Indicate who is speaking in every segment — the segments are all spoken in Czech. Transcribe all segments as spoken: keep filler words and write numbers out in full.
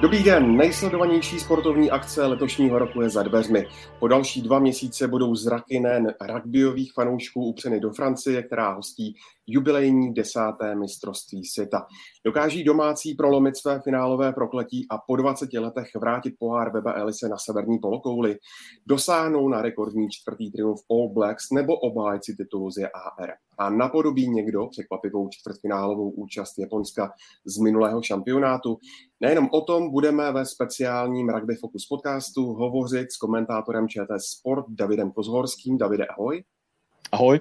Speaker 1: Dobrý den, nejsledovanější sportovní akce letošního roku je za dveřmi. Po další dva měsíce budou zraky nejen rugbyových fanoušků upřeny do Francie, která hostí jubilejní desáté mistrovství světa. Dokáží domácí prolomit své finálové prokletí a po dvaceti letech vrátit pohár Webba Ellise na severní polokouli? Dosáhnou na rekordní čtvrtý triumf All Blacks nebo obhájci titulu z J A R? A napodobí někdo překvapivou čtvrtfinálovou účast Japonska z minulého šampionátu? Nejenom o tom budeme ve speciálním Rugby Focus podcastu hovořit s komentátorem Č T Sport Davidem Kozhorským. Davide, ahoj.
Speaker 2: Ahoj.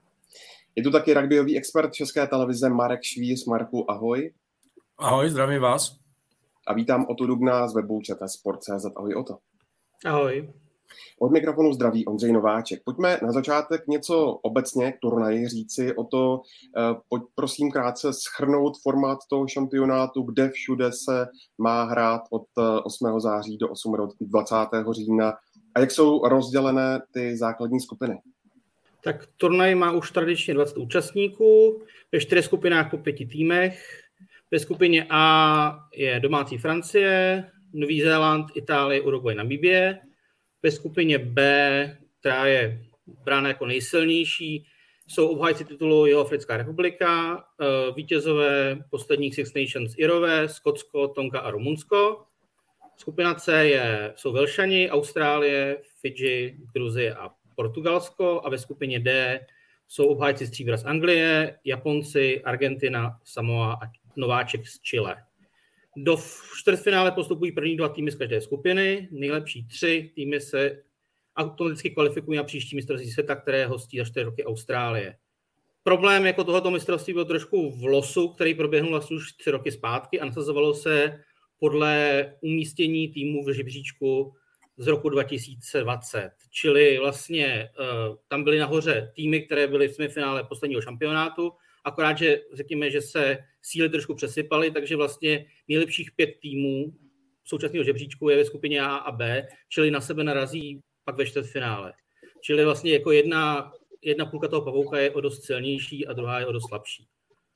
Speaker 1: Je tu taky rugbyový expert České televize Marek Švíř. Marku, ahoj.
Speaker 3: Ahoj, zdravím vás.
Speaker 1: A vítám Otu Dubna z webu Č T Sport tečka cé zet. Ahoj, Oto.
Speaker 4: Ahoj.
Speaker 1: Od mikrofonu zdraví Ondřej Nováček. Pojďme na začátek něco obecně k turnaji říci o to, pojď prosím krátce shrnout formát toho šampionátu, kde všude se má hrát od osmého září do dvacátého října a jak jsou rozdělené ty základní skupiny.
Speaker 4: Tak turnaj má už tradičně dvacet účastníků, ve čtyřech skupinách po pěti týmech. Ve skupině A je domácí Francie, Nový Zéland, Itálie, Uruguay, Namibie. Ve skupině B, která je brána jako nejsilnější, jsou obhájci titulu Jihoafrická republika, vítězové posledních Six Nations Irové, Skotsko, Tonga a Rumunsko. Skupina C je, jsou Velšani, Austrálie, Fidži, Gruzie a Portugalsko. A ve skupině D jsou obhájci stříbra z Anglie, Japonci, Argentina, Samoa a nováček z Chile. Do čtvrtfinále postupují první dva týmy z každé skupiny. Nejlepší tři týmy se automaticky kvalifikují na příští mistrovství světa, které hostí za čtyři roky Austrálie. Problém jako tohoto mistrovství byl trošku v losu, který proběhnul vlastně už tři roky zpátky a nasazovalo se podle umístění týmu v žebříčku z roku dva tisíce dvacet. Čili vlastně uh, tam byly nahoře týmy, které byly v semifinále posledního šampionátu, akorát, že řekněme, že se síly trošku přesypaly, takže vlastně nejlepších pět týmů současného žebříčku je ve skupině A a B, čili na sebe narazí pak ve čtvrtfinále. Čili vlastně jako jedna, jedna půlka toho pavouka je o dost silnější a druhá je o dost slabší.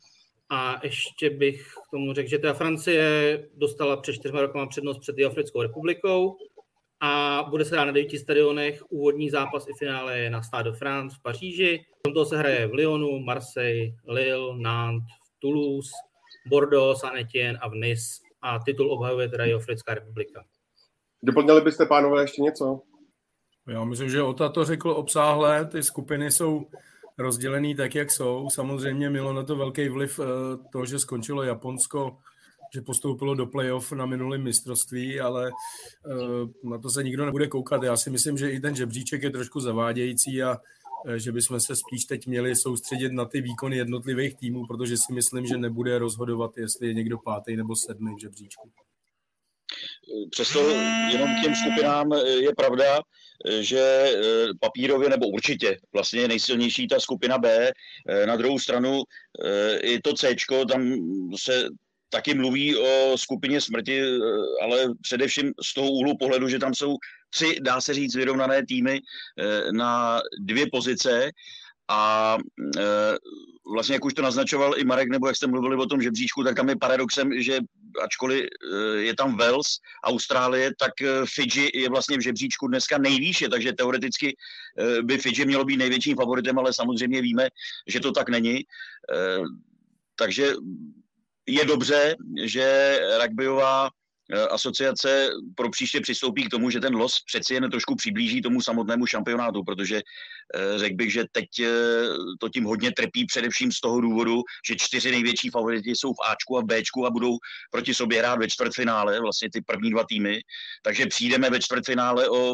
Speaker 4: A ještě bych k tomu řekl, že ta Francie dostala před čtyřma rokama přednost před Jihoafrickou republikou a bude se hrát na devíti stadionech. Úvodní zápas i finále je na Stade de France v Paříži. Tam toho se hraje v Lyonu, Marseille, Lille, Nantes, Toulouse, Bordeaux, Saint-Étienne a v Nice. A titul obhajuje teda Jihoafrická republika.
Speaker 1: Doplnili byste, pánové, ještě něco?
Speaker 3: Já myslím, že Ota to řekl obsáhle. Ty skupiny jsou rozdělený tak, jak jsou. Samozřejmě mělo na to velký vliv to, že skončilo Japonsko, že postoupilo do playoff na minulém mistrovství, ale na to se nikdo nebude koukat. Já si myslím, že i ten žebříček je trošku zavádějící a že bychom se spíš teď měli soustředit na ty výkony jednotlivých týmů, protože si myslím, že nebude rozhodovat, jestli je někdo pátý nebo sedmý v žebříčku.
Speaker 2: Přesto jenom k těm skupinám je pravda, že papírově nebo určitě vlastně je nejsilnější ta skupina B. Na druhou stranu i to Cčko, tam se taky mluví o skupině smrti, ale především z toho úhlu pohledu, že tam jsou tři, dá se říct, vyrovnané týmy na dvě pozice a vlastně, jak už to naznačoval i Marek, nebo jak jste mluvili o tom žebříčku, tak tam je paradoxem, že ačkoliv je tam Wales, Austrálie, tak Fidži je vlastně v žebříčku dneska nejvýše, takže teoreticky by Fidži mělo být největším favoritem, ale samozřejmě víme, že to tak není. Takže je dobře, že rugbyová asociace pro příště přistoupí k tomu, že ten los přeci jen trošku přiblíží tomu samotnému šampionátu, protože řekl bych, že teď to tím hodně trpí především z toho důvodu, že čtyři největší favoriti jsou v Ačku a v Bčku a budou proti sobě hrát ve čtvrtfinále, vlastně ty první dva týmy, takže přijdeme ve čtvrtfinále o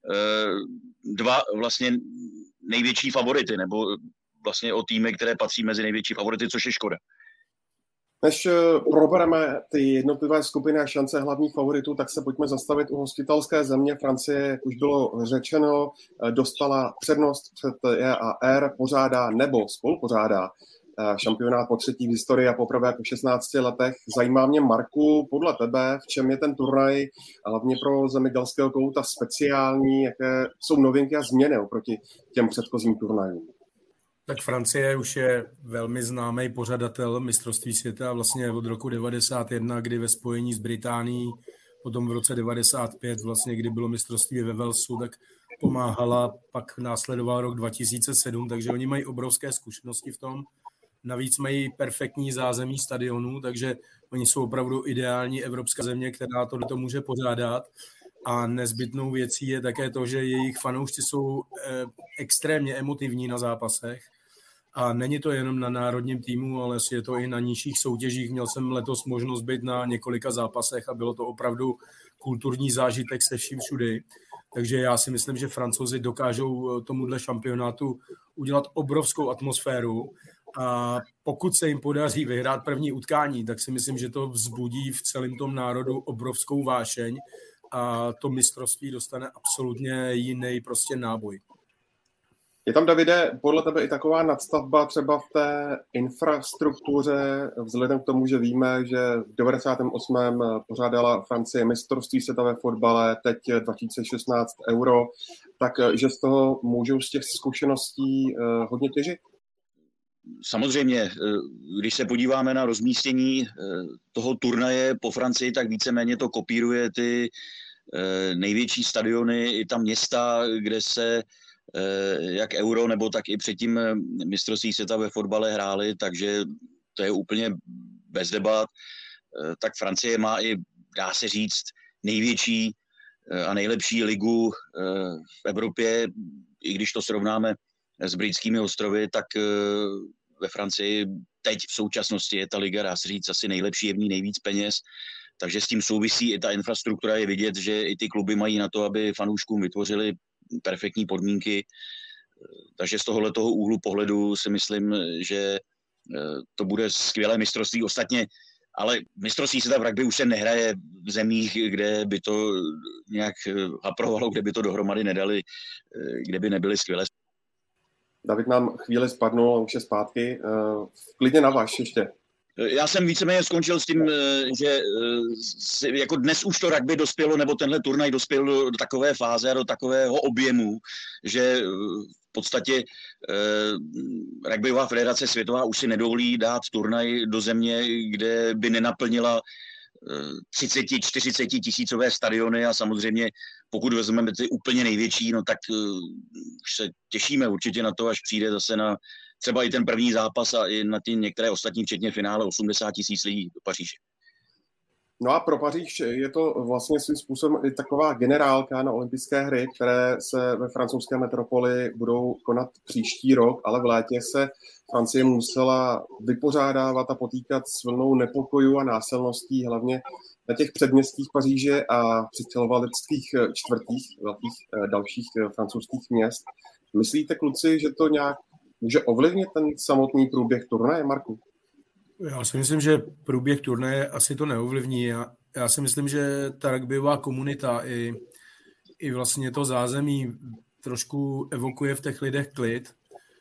Speaker 2: dva vlastně největší favority, nebo vlastně o týmy, které patří mezi největší favority, což je škoda.
Speaker 1: Než probereme ty jednotlivé skupiny a šance hlavních favoritů, tak se pojďme zastavit u hostitelské země. Francie, jak už bylo řečeno, dostala přednost před J A R, pořádá nebo spolupořádá šampionát po třetí v historii a poprvé po šestnácti letech. Zajímá mě, Marku, podle tebe, v čem je ten turnaj hlavně pro zemi galského kouta speciální, jaké jsou novinky a změny oproti těm předchozím turnajům?
Speaker 3: Tak Francie už je velmi známý pořadatel mistrovství světa vlastně od roku devadesát jedna, kdy ve spojení s Británií, potom v roce devadesát pět, vlastně, kdy bylo mistrovství ve Walesu, tak pomáhala, pak následoval rok dva tisíce sedm, takže oni mají obrovské zkušenosti v tom. Navíc mají perfektní zázemí stadionů, takže oni jsou opravdu ideální evropská země, která to může pořádat. A nezbytnou věcí je také to, že jejich fanoušci jsou eh, extrémně emotivní na zápasech. A není to jenom na národním týmu, ale je to i na nižších soutěžích. Měl jsem letos možnost být na několika zápasech a bylo to opravdu kulturní zážitek se vším všudy. Takže já si myslím, že Francouzi dokážou tomuhle šampionátu udělat obrovskou atmosféru. A pokud se jim podaří vyhrát první utkání, tak si myslím, že to vzbudí v celém tom národu obrovskou vášeň a to mistrovství dostane absolutně jiný prostě náboj.
Speaker 1: Je tam, Davide, podle tebe i taková nadstavba třeba v té infrastruktuře, vzhledem k tomu, že víme, že v devadesátém osmém pořádala Francie mistrovství světa ve fotbale, teď dva tisíce šestnáct Euro, tak že z toho můžou z těch zkušeností hodně těžit?
Speaker 2: Samozřejmě, když se podíváme na rozmístění toho turnaje po Francii, tak víceméně to kopíruje ty největší stadiony, i ta města, kde se jak Euro, nebo tak i předtím mistrovství světa ve fotbale hráli, takže to je úplně bez debat. Tak Francie má i, dá se říct, největší a nejlepší ligu v Evropě, i když to srovnáme s britskými ostrovy, tak ve Francii teď v současnosti je ta liga, dá se říct, asi nejlepší, je v ní nejvíc peněz, takže s tím souvisí i ta infrastruktura, je vidět, že i ty kluby mají na to, aby fanouškům vytvořili perfektní podmínky, takže z tohohletoho úhlu pohledu si myslím, že to bude skvělé mistrovství. Ostatně, ale mistrovství světa v rugby už se nehraje v zemích, kde by to nějak haprovalo, kde by to dohromady nedali, kde by nebyly skvělé.
Speaker 1: David nám chvíli spadnul a už je zpátky. Klidně na váš ještě.
Speaker 2: Já jsem víceméně skončil s tím, že jako dnes už to rugby dospělo, nebo tenhle turnaj dospěl do takové fáze a do takového objemu, že v podstatě rugbyová federace světová už si nedovolí dát turnaj do země, kde by nenaplnila třicet čtyřicet tisícové stadiony a samozřejmě pokud vezmeme ty úplně největší, no tak už se těšíme určitě na to, až přijde zase na třeba i ten první zápas a i na ty některé ostatní, včetně finále osmdesát tisíc lidí do Paříže.
Speaker 1: No a pro Paříž je to vlastně svým způsobem i taková generálka na olympijské hry, které se ve francouzské metropoli budou konat příští rok, ale v létě se Francie musela vypořádávat a potýkat s vlnou nepokojů a násilností, hlavně na těch předměstích Paříže a přistěhovaleckých čtvrtích velkých dalších francouzských měst. Myslíte, kluci, že to nějak může ovlivnit ten samotný průběh turnaje, Marku?
Speaker 3: Já si myslím, že průběh turnaje asi to neovlivní. Já, já si myslím, že ta rugbyová komunita i, i vlastně to zázemí trošku evokuje v těch lidech klid.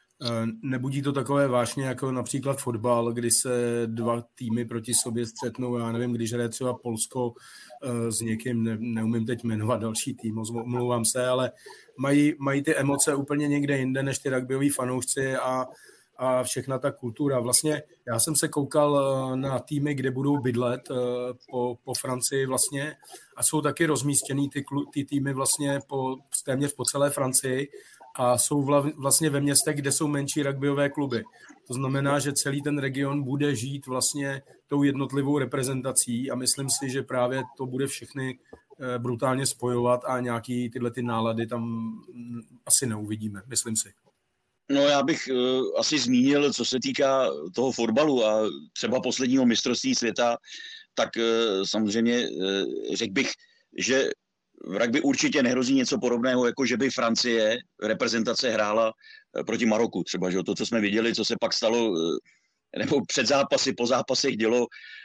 Speaker 3: Nebudí to takové vážně jako například fotbal, kdy se dva týmy proti sobě střetnou. Já nevím, když hraje třeba Polsko s někým, ne, neumím teď jmenovat další tým, omlouvám se, ale mají, mají ty emoce úplně někde jinde než ty rugbyoví fanoušci a a všechna ta kultura. Vlastně já jsem se koukal na týmy, kde budou bydlet po, po Francii vlastně a jsou taky rozmístěný ty, ty týmy vlastně po, téměř po celé Francii a jsou vla, vlastně ve městech, kde jsou menší rugbyové kluby. To znamená, že celý ten region bude žít vlastně tou jednotlivou reprezentací a myslím si, že právě to bude všechny brutálně spojovat a nějaký tyhle ty nálady tam asi neuvidíme, myslím si.
Speaker 2: No já bych uh, asi zmínil, co se týká toho fotbalu a třeba posledního mistrovství světa, tak uh, samozřejmě uh, řekl bych, že v rugby určitě nehrozí něco podobného, jako že by Francie reprezentace hrála uh, proti Maroku třeba, že to, co jsme viděli, co se pak stalo, uh, nebo před zápasy, po zápasech dělo uh,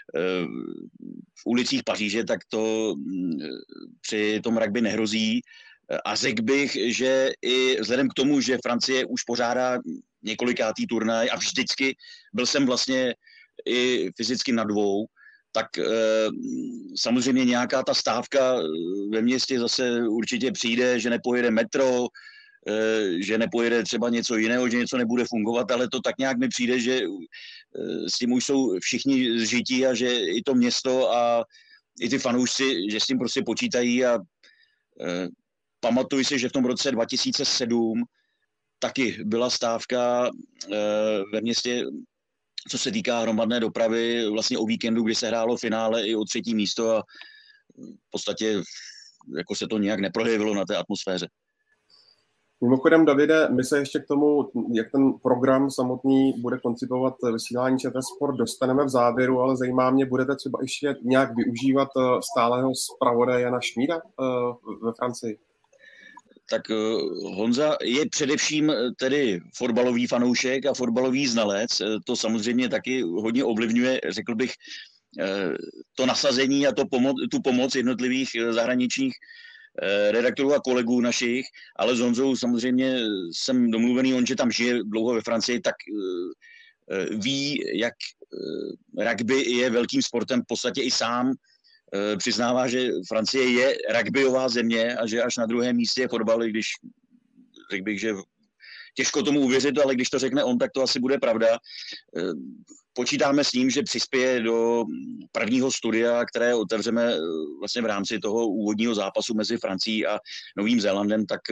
Speaker 2: v ulicích Paříže, tak to uh, při tom rugby nehrozí. A řekl bych, že i vzhledem k tomu, že Francie už pořádá několikátý turnaj a vždycky byl jsem vlastně i fyzicky na dvou, tak e, samozřejmě nějaká ta stávka ve městě zase určitě přijde, že nepojede metro, že nepojede třeba něco jiného, že něco nebude fungovat, ale to tak nějak mi přijde, že s tím už jsou všichni zžití a že i to město a i ty fanoušci, že s tím prostě počítají a pamatuju si, že v tom roce dva tisíce sedm taky byla stávka ve městě, co se týká hromadné dopravy, vlastně o víkendu, kdy se hrálo finále i o třetí místo a v podstatě jako se to nějak neprojevilo na té atmosféře.
Speaker 1: Mimochodem, Davide, my se ještě k tomu, jak ten program samotný bude koncipovat vysílání ČT Sport, dostaneme v závěru, ale zajímá mě, budete třeba ještě nějak využívat stálého zpravodaje Jana Šmída ve Francii?
Speaker 2: Tak Honza je především tedy fotbalový fanoušek a fotbalový znalec. To samozřejmě taky hodně ovlivňuje, řekl bych, to nasazení a to pomo- tu pomoc jednotlivých zahraničních redaktorů a kolegů našich, ale s Honzou samozřejmě jsem domluvený, on, že tam žije dlouho ve Francii, tak ví, jak rugby je velkým sportem, v podstatě i sám přiznává, že Francie je rugbyová země a že až na druhém místě je fotbal, i když řekl bych, že těžko tomu uvěřit, ale když to řekne on, tak to asi bude pravda. Počítáme s ním, že přispěje do prvního studia, které otevřeme vlastně v rámci toho úvodního zápasu mezi Francií a Novým Zélandem, tak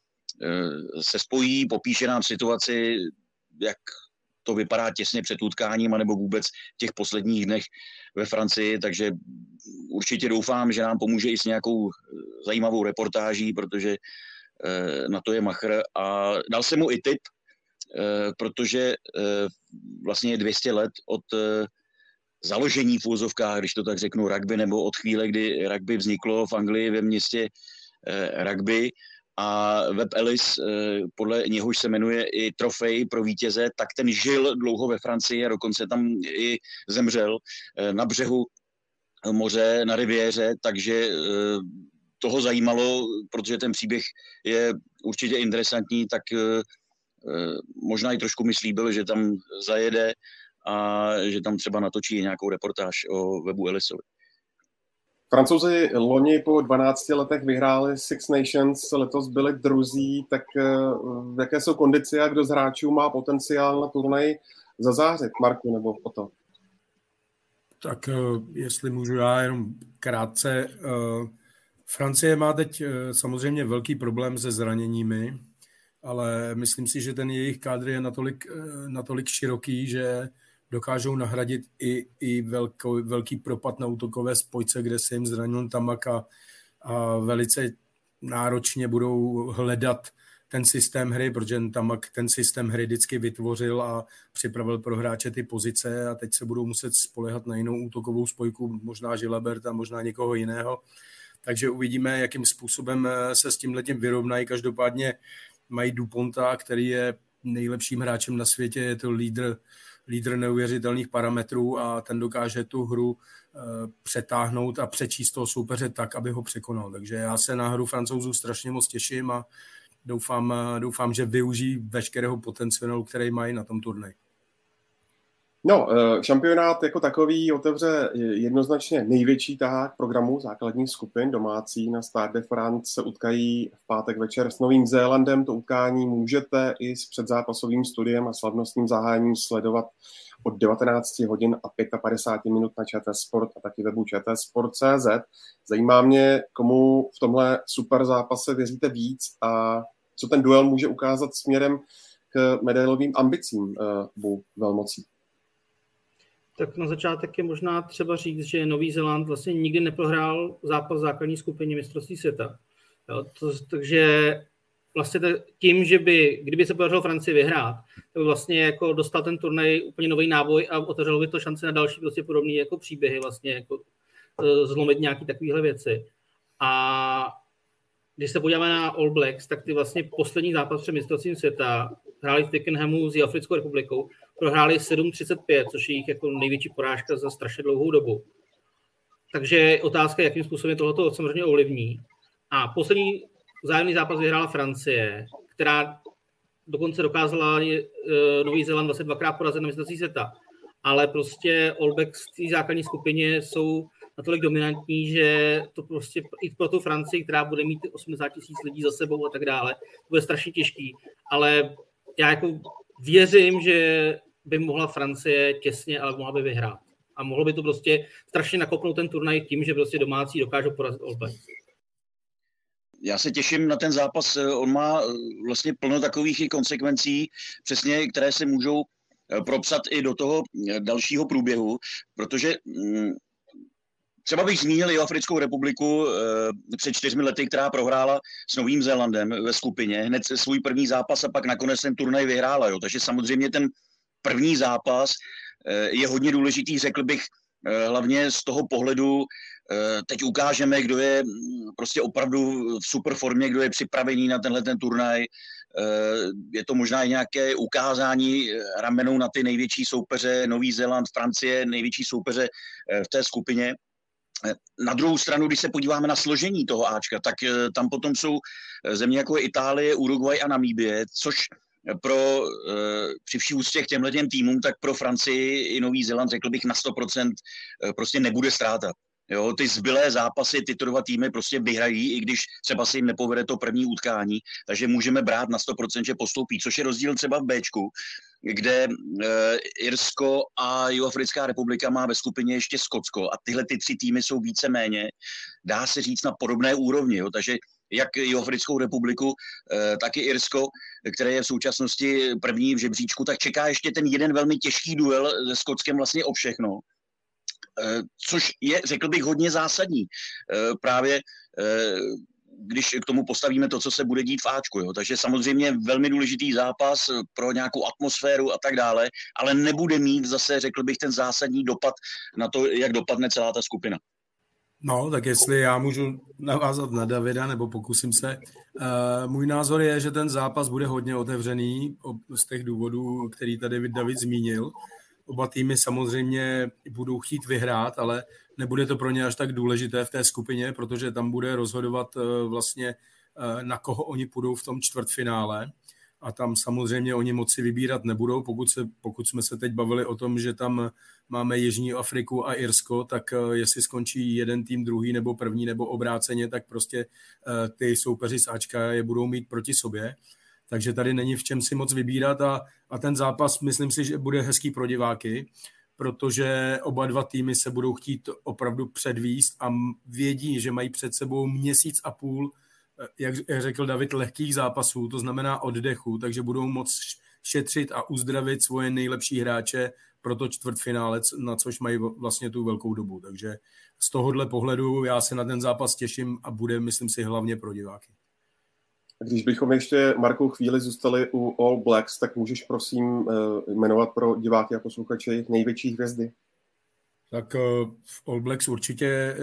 Speaker 2: se spojí, popíše nám situaci, jak to vypadá těsně před utkáním, anebo vůbec v těch posledních dnech ve Francii, takže určitě doufám, že nám pomůže i s nějakou zajímavou reportáží, protože na to je machr. A dal jsem mu i tip, protože vlastně je dvě stě let od založení v úvozovkách, když to tak řeknu, rugby, nebo od chvíle, kdy rugby vzniklo v Anglii ve městě rugby, a Webb Ellis, podle něhož se jmenuje i trofej pro vítěze, tak ten žil dlouho ve Francii a dokonce tam i zemřel na břehu moře, na riviéře, takže toho zajímalo, protože ten příběh je určitě interesantní, tak možná i trošku mi slíbil, že tam zajede a že tam třeba natočí nějakou reportáž o Webbu Ellisovi.
Speaker 1: Francouzi loni po dvanácti letech vyhráli Six Nations, letos byli druzí, tak v jaké jsou kondice a kdo z hráčů má potenciál na turnaj zazářit? Marku, nebo o to?
Speaker 3: Tak jestli můžu já jenom krátce. Francie má teď samozřejmě velký problém se zraněními, ale myslím si, že ten jejich kádr je natolik, natolik široký, že dokážou nahradit i, i velkou, velký propad na útokové spojce, kde se jim zranil Tamak a, a velice náročně budou hledat ten systém hry, protože Tamak ten systém hry vždycky vytvořil a připravil pro hráče ty pozice a teď se budou muset spoléhat na jinou útokovou spojku, možná Gilabert a možná někoho jiného. Takže uvidíme, jakým způsobem se s tímhletím vyrovnají. Každopádně mají Duponta, který je nejlepším hráčem na světě, je to lídr lídr neuvěřitelných parametrů a ten dokáže tu hru e, přetáhnout a přečíst toho soupeře tak, aby ho překonal. Takže já se na hru Francouzů strašně moc těším a doufám, doufám, že využijí veškerého potenciálu, který mají na tom turnaji.
Speaker 1: No, šampionát jako takový otevře jednoznačně největší tahák programu základních skupin. Domácí na Stade de France se utkají v pátek večer s Novým Zélandem. To utkání můžete i s předzápasovým studiem a slavnostním zahájením sledovat od devatenáct hodin a padesát pět minut na ČT Sport a taky webu čtsport tečka cé zet. Zajímá mě, komu v tomhle super zápase věříte víc a co ten duel může ukázat směrem k medailovým ambicím obou velmocí.
Speaker 4: Tak na začátek je možná třeba říct, že Nový Zéland vlastně nikdy neprohrál zápas v základní skupině mistrovství světa. Jo, to, takže vlastně tím, že by, kdyby se podařilo Francii vyhrát, tak by vlastně jako dostal ten turnaj úplně nový náboj a otevřelo by to šance na další prostě podobné jako příběhy, vlastně jako zlomit nějaké takovéhle věci. A když se podíváme na All Blacks, tak ty vlastně poslední zápas před mistrovstvím světa hráli v Twickenhamu s Jihoafrickou republikou, prohráli sedm třicet pět, což je jich jako největší porážka za strašně dlouhou dobu. Takže otázka, jakým způsobem tohleto samozřejmě ovlivní. A poslední vzájemný zápas vyhrála Francie, která dokonce dokázala uh, Nový Zéland vlastně dvakrát porazit na mistrovství světa. Ale prostě All Blacks v té základní skupině jsou natolik dominantní, že to prostě i pro tu Francii, která bude mít osmdesát tisíc lidí za sebou a tak dále, to bude strašně těžký. Ale já jako věřím, že by mohla Francie těsně, ale mohla by vyhrát. A mohlo by to prostě strašně nakopnout ten turnaj tím, že prostě domácí dokážou porazit All Blacks.
Speaker 2: Já se těším na ten zápas. On má vlastně plno takových i konsekvencí, přesně, které se můžou propsat i do toho dalšího průběhu, protože třeba bych zmínil Jihoafrickou republiku před čtyřmi lety, která prohrála s Novým Zélandem ve skupině. Hned svůj první zápas a pak nakonec ten turnaj vyhrála. Jo. Takže samozřejmě ten první zápas je hodně důležitý, řekl bych, hlavně z toho pohledu, teď ukážeme, kdo je prostě opravdu v super formě, kdo je připravený na tenhle ten turnaj. Je to možná i nějaké ukázání ramenou na ty největší soupeře, Nový Zéland, Francie, největší soupeře v té skupině. Na druhou stranu, když se podíváme na složení toho Ačka, tak tam potom jsou země jako je Itálie, Uruguay a Namíbie, což pro, při vší úctě k těmhletěm týmům, tak pro Francii i Nový Zéland, řekl bych, na sto procent prostě nebude ztráta. Jo, ty zbylé zápasy tyto dva týmy prostě vyhrají, i když třeba se jim nepovede to první utkání, takže můžeme brát na sto procent, že postoupí, což je rozdíl třeba v Bčku, kde e, Irsko a Jihoafrická republika má ve skupině ještě Skotsko a tyhle ty tři týmy jsou víceméně, dá se říct, na podobné úrovni, jo, takže jak Jihoafrickou republiku, e, tak i Irsko, které je v současnosti první v žebříčku, tak čeká ještě ten jeden velmi těžký duel se Skotskem vlastně o všechno. Což je, řekl bych, hodně zásadní. Právě když k tomu postavíme to, co se bude dít v Ačku. Jo. Takže samozřejmě velmi důležitý zápas pro nějakou atmosféru a tak dále, ale nebude mít zase, řekl bych, ten zásadní dopad na to, jak dopadne celá ta skupina.
Speaker 3: No, tak jestli já můžu navázat na Davida, nebo pokusím se. Uh, můj názor je, že ten zápas bude hodně otevřený z těch důvodů, který tady David zmínil. Oba týmy samozřejmě budou chtít vyhrát, ale nebude to pro ně až tak důležité v té skupině, protože tam bude rozhodovat vlastně, na koho oni půjdou v tom čtvrtfinále. A tam samozřejmě oni moci vybírat nebudou. Pokud, se, pokud jsme se teď bavili o tom, že tam máme Jižní Afriku a Irsko, tak jestli skončí jeden tým, druhý nebo první nebo obráceně, tak prostě ty soupeři z Ačka je budou mít proti sobě. Takže tady není v čem si moc vybírat a, a ten zápas, myslím si, že bude hezký pro diváky, protože oba dva týmy se budou chtít opravdu předvíst a vědí, že mají před sebou měsíc a půl, jak řekl David, lehkých zápasů, to znamená oddechu, takže budou moc šetřit a uzdravit svoje nejlepší hráče pro to čtvrtfinále, na což mají vlastně tu velkou dobu. Takže z tohohle pohledu já se na ten zápas těším a bude, myslím si, hlavně pro diváky.
Speaker 1: Když bychom ještě, Markou, chvíli zůstali u All Blacks, tak můžeš prosím jmenovat pro diváky a posluchače jejich největší hvězdy?
Speaker 3: Tak v All Blacks určitě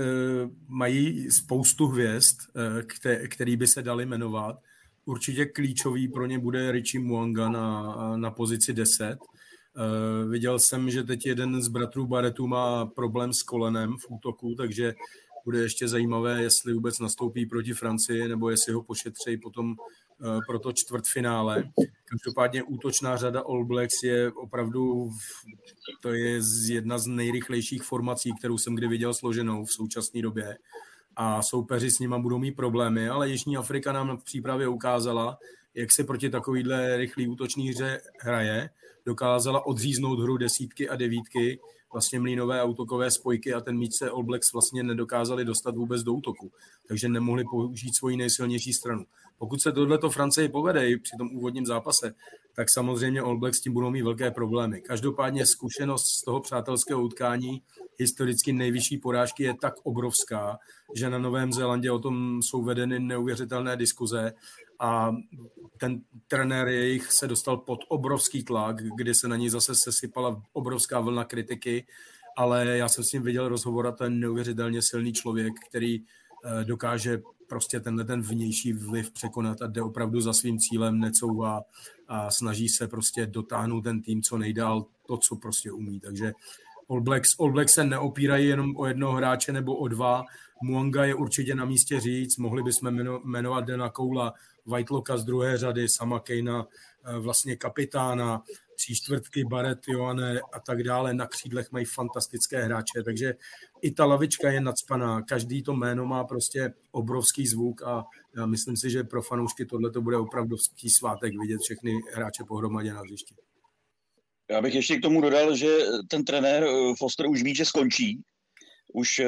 Speaker 3: mají spoustu hvězd, který by se dali jmenovat. Určitě klíčový pro ně bude Richie Mo'unga na, na pozici deset. Viděl jsem, že teď jeden z bratrů Barrettů má problém s kolenem v útoku, takže bude ještě zajímavé, jestli vůbec nastoupí proti Francii, nebo jestli ho pošetří potom uh, pro to čtvrtfinále. Každopádně útočná řada All Blacks je opravdu, to je jedna z nejrychlejších formací, kterou jsem kdy viděl složenou v současné době. A soupeři s nima budou mít problémy, ale Jižní Afrika nám v přípravě ukázala, jak se proti takovýhle rychlý útočný hře hraje. Dokázala odříznout hru desítky a devítky, vlastně mlínové a útokové spojky a ten míč se All Blacks vlastně nedokázali dostat vůbec do útoku. Takže nemohli použít svoji nejsilnější stranu. Pokud se tohleto Francii povede při tom úvodním zápase, tak samozřejmě All Blacks s tím budou mít velké problémy. Každopádně zkušenost z toho přátelského utkání, historicky nejvyšší porážky, je tak obrovská, že na Novém Zélandě o tom jsou vedeny neuvěřitelné diskuze a ten trenér jejich se dostal pod obrovský tlak, kdy se na ní zase sesypala obrovská vlna kritiky, ale já jsem s ním viděl rozhovor a to je neuvěřitelně silný člověk, který dokáže prostě tenhle ten vnější vliv překonat a jde opravdu za svým cílem, necouvá a snaží se prostě dotáhnout ten tým co nejdál, to, co prostě umí. Takže All Blacks, All Blacks se neopírají jenom o jednoho hráče nebo o dva. Mo'unga je určitě na místě říct, mohli bychom jmenovat Dana Coula, Whitelocka z druhé řady, Sama Kejna, vlastně kapitána, tříčtvrtky, Barrett, Ioane a tak dále. Na křídlech mají fantastické hráče, takže i ta lavička je nacpaná. Každý to jméno má prostě obrovský zvuk a já myslím si, že pro fanoušky tohle to bude opravdovský svátek vidět všechny hráče pohromadě na hřišti.
Speaker 2: Já bych ještě k tomu dodal, že ten trenér Foster už ví, že skončí. Už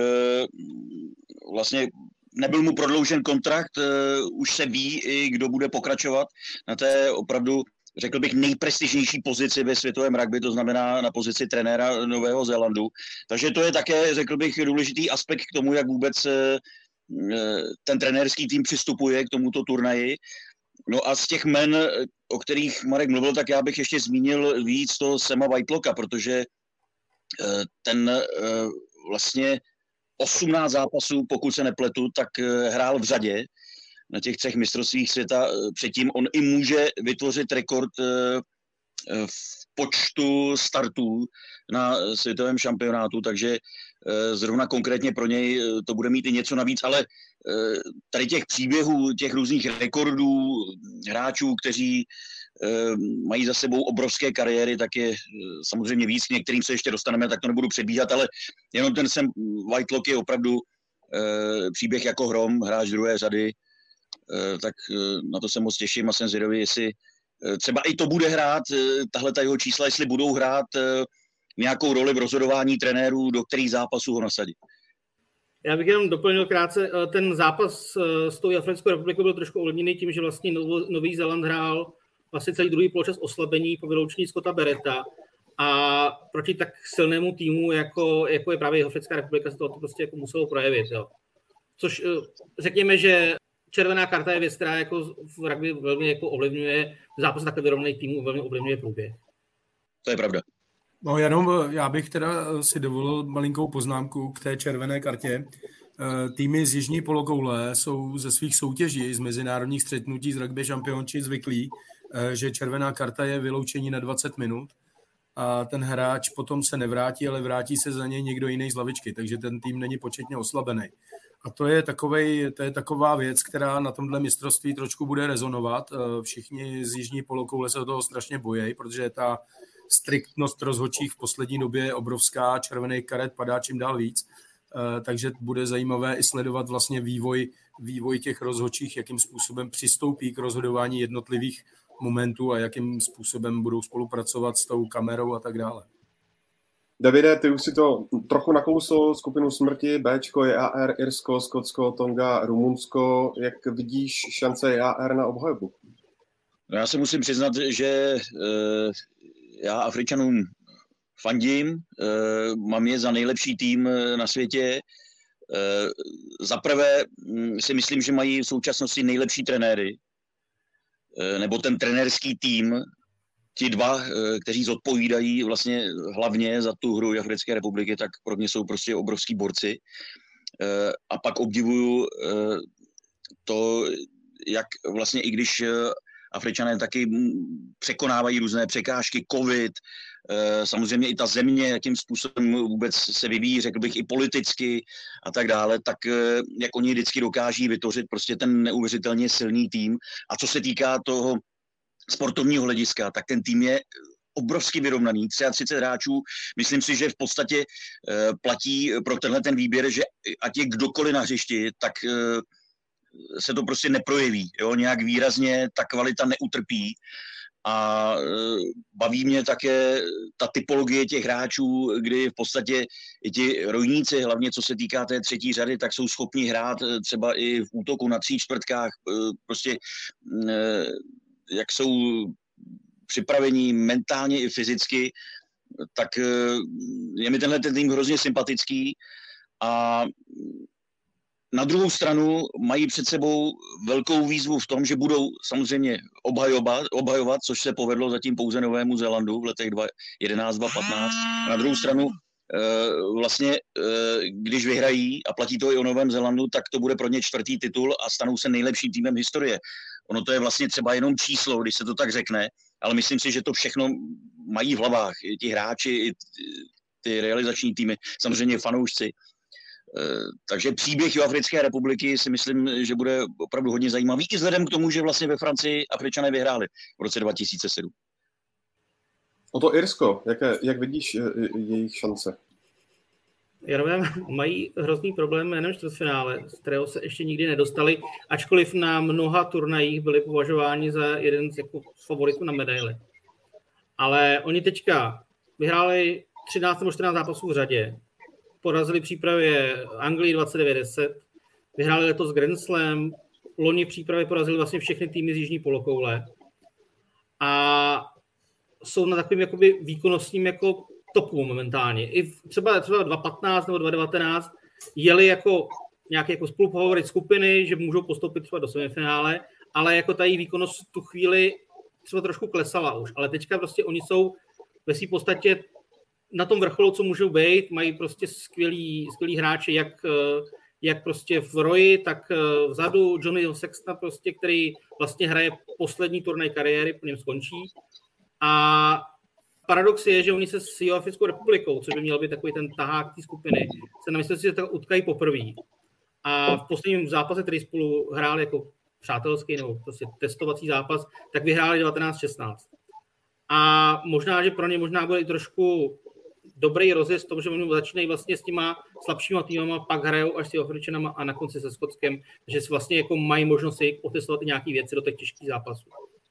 Speaker 2: vlastně nebyl mu prodloužen kontrakt, už se ví i kdo bude pokračovat na té opravdu, řekl bych, nejprestižnější pozici ve světovém rugby, to znamená na pozici trenéra Nového Zélandu. Takže to je také, řekl bych, důležitý aspekt k tomu, jak vůbec ten trenérský tým přistupuje k tomuto turnaji. No a z těch men, o kterých Marek mluvil, tak já bych ještě zmínil víc to Sama Whitelocka, protože ten vlastně osmnáct zápasů, pokud se nepletu, tak hrál v řadě na těch třech mistrovstvích světa. Předtím on i může vytvořit rekord v počtu startů na světovém šampionátu, takže zrovna konkrétně pro něj to bude mít i něco navíc, ale tady těch příběhů, těch různých rekordů hráčů, kteří mají za sebou obrovské kariéry, tak je samozřejmě víc, k některým se ještě dostaneme, tak to nebudu přebíhat, ale jenom ten Sam Whitelock je opravdu příběh jako hrom, hráč druhé řady, tak na to se moc těším a jsem zvědavý, jestli třeba i to bude hrát, tahle ta jeho čísla, jestli budou hrát nějakou roli v rozhodování trenérů, do kterých zápasů ho nasadí.
Speaker 4: Já bych jenom doplnil krátce, ten zápas s tou Africkou republikou byl trošku ovlivněný tím, že vlastně Nový Zéland hrál vlastně celý druhý poločas oslabení po vyloučení Scotta Barretta a proti tak silnému týmu, jako, jako je právě Africká republika, se to prostě jako muselo projevit. Jo. Což řekněme, že červená karta je věc, která jako v rugby velmi jako ovlivňuje zápas takhle vyrovnaných týmů, velmi ovlivňuje průběh.
Speaker 2: To je pravda.
Speaker 3: No jenom já bych teda si dovolil malinkou poznámku k té červené kartě. Týmy z jižní polokoule jsou ze svých soutěží z mezinárodních střetnutí z rugby championship zvyklí, že červená karta je vyloučení na dvacet minut a ten hráč potom se nevrátí, ale vrátí se za něj někdo jiný z lavičky, takže ten tým není početně oslabený. A to je, takovej, to je taková věc, která na tomhle mistrovství trošku bude rezonovat. Všichni z jižní polokoule se do toho strašně bojí, protože ta striktnost rozhodčích v poslední době je obrovská, červený karet padá čím dál víc, takže bude zajímavé i sledovat vlastně vývoj, vývoj těch rozhodčích, jakým způsobem přistoupí k rozhodování jednotlivých momentů a jakým způsobem budou spolupracovat s tou kamerou a tak dále.
Speaker 1: Davide, ty už si to trochu nakousl, skupinu smrti, Bčko, J A R, Irsko, Skotsko, Tonga, Rumunsko. Jak vidíš šance J A R na obhajobu?
Speaker 2: Já se musím přiznat, že uh, já Afričanům fandím, uh, mám je za nejlepší tým na světě. Uh, za prvé um, si myslím, že mají v současnosti nejlepší trenéry, uh, nebo ten trenérský tým, ti dva, kteří zodpovídají vlastně hlavně za tu hru Africké republiky, tak pro mě jsou prostě obrovský borci. A pak obdivuju to, jak vlastně i když Afričané taky překonávají různé překážky, covid, samozřejmě i ta země, jakým způsobem vůbec se vyvíjí, řekl bych i politicky a tak dále, tak jak oni vždycky dokáží vytvořit prostě ten neuvěřitelně silný tým. A co se týká toho sportovního hlediska, tak ten tým je obrovsky vyrovnaný, třicet tři hráčů. Myslím si, že v podstatě uh, platí pro tenhle ten výběr, že ať je kdokoliv na hřišti, tak uh, se to prostě neprojeví. Jo? Nějak výrazně ta kvalita neutrpí. A uh, baví mě také ta typologie těch hráčů, kdy v podstatě i ti rojníci, hlavně co se týká té třetí řady, tak jsou schopni hrát třeba i v útoku na tří čtvrtkách. Uh, prostě uh, jak jsou připravení mentálně i fyzicky, tak je mi tenhle ten tým hrozně sympatický a na druhou stranu mají před sebou velkou výzvu v tom, že budou samozřejmě obhajovat, obhajovat, což se povedlo zatím pouze Novému Zélandu v letech dva tisíce jedenáct dva tisíce patnáct. Na druhou stranu vlastně, když vyhrají a platí to i o Novém Zélandu, tak to bude pro ně čtvrtý titul a stanou se nejlepším týmem historie. Ono to je vlastně třeba jenom číslo, když se to tak řekne, ale myslím si, že to všechno mají v hlavách. I ti hráči, i ty realizační týmy, samozřejmě fanoušci. Takže příběh Jihoafrické republiky si myslím, že bude opravdu hodně zajímavý. I vzhledem k tomu, že vlastně ve Francii Afričané vyhráli v roce dva tisíce sedm.
Speaker 1: O to Irsko, jak, jak vidíš jejich šance?
Speaker 4: Irové mají hrozný problém jménem čtvrtfinále, z kterého se ještě nikdy nedostali, ačkoliv na mnoha turnajích byli považováni za jeden z, jako, z favoritů na medaily. Ale oni teďka vyhráli třináct nebo čtrnáct zápasů v řadě, porazili v přípravě Anglii dvacet devět deset, vyhráli letos Grand Slam, loni v přípravě porazili vlastně všechny týmy z jižní polokoule a jsou na takovým jakoby výkonnostním jako topu momentálně. I třeba, třeba dva patnáct nebo dva devatenáct jeli jako nějaký jako spolufavorit skupiny, že můžou postoupit třeba do semifinále, ale jako ta její výkonnost v tu chvíli třeba trošku klesala už. Ale teďka prostě oni jsou ve své podstatě na tom vrcholu, co můžou být, mají prostě skvělý, skvělý hráče, jak, jak prostě v Roji, tak vzadu Johnny Sextona, prostě, který vlastně hraje poslední turnaj kariéry, po něm skončí. A paradox je, že oni se s Jihoafrickou republikou, což by měl být takový ten tahák té skupiny, se na myslím si, že tak utkají poprvé. A v posledním zápase, který spolu hráli jako přátelský nebo prostě testovací zápas, tak vyhráli devatenáct šestnáct. A možná, že pro ně možná bude i trošku dobrý rozjezd v tom, že oni začínají vlastně s těma slabšíma týmama, pak hrajou až s Jihoafričanama a na konci se Skotskem, že si vlastně jako mají možnost si otestovat i nějaké věci do těch těžkých zápasů.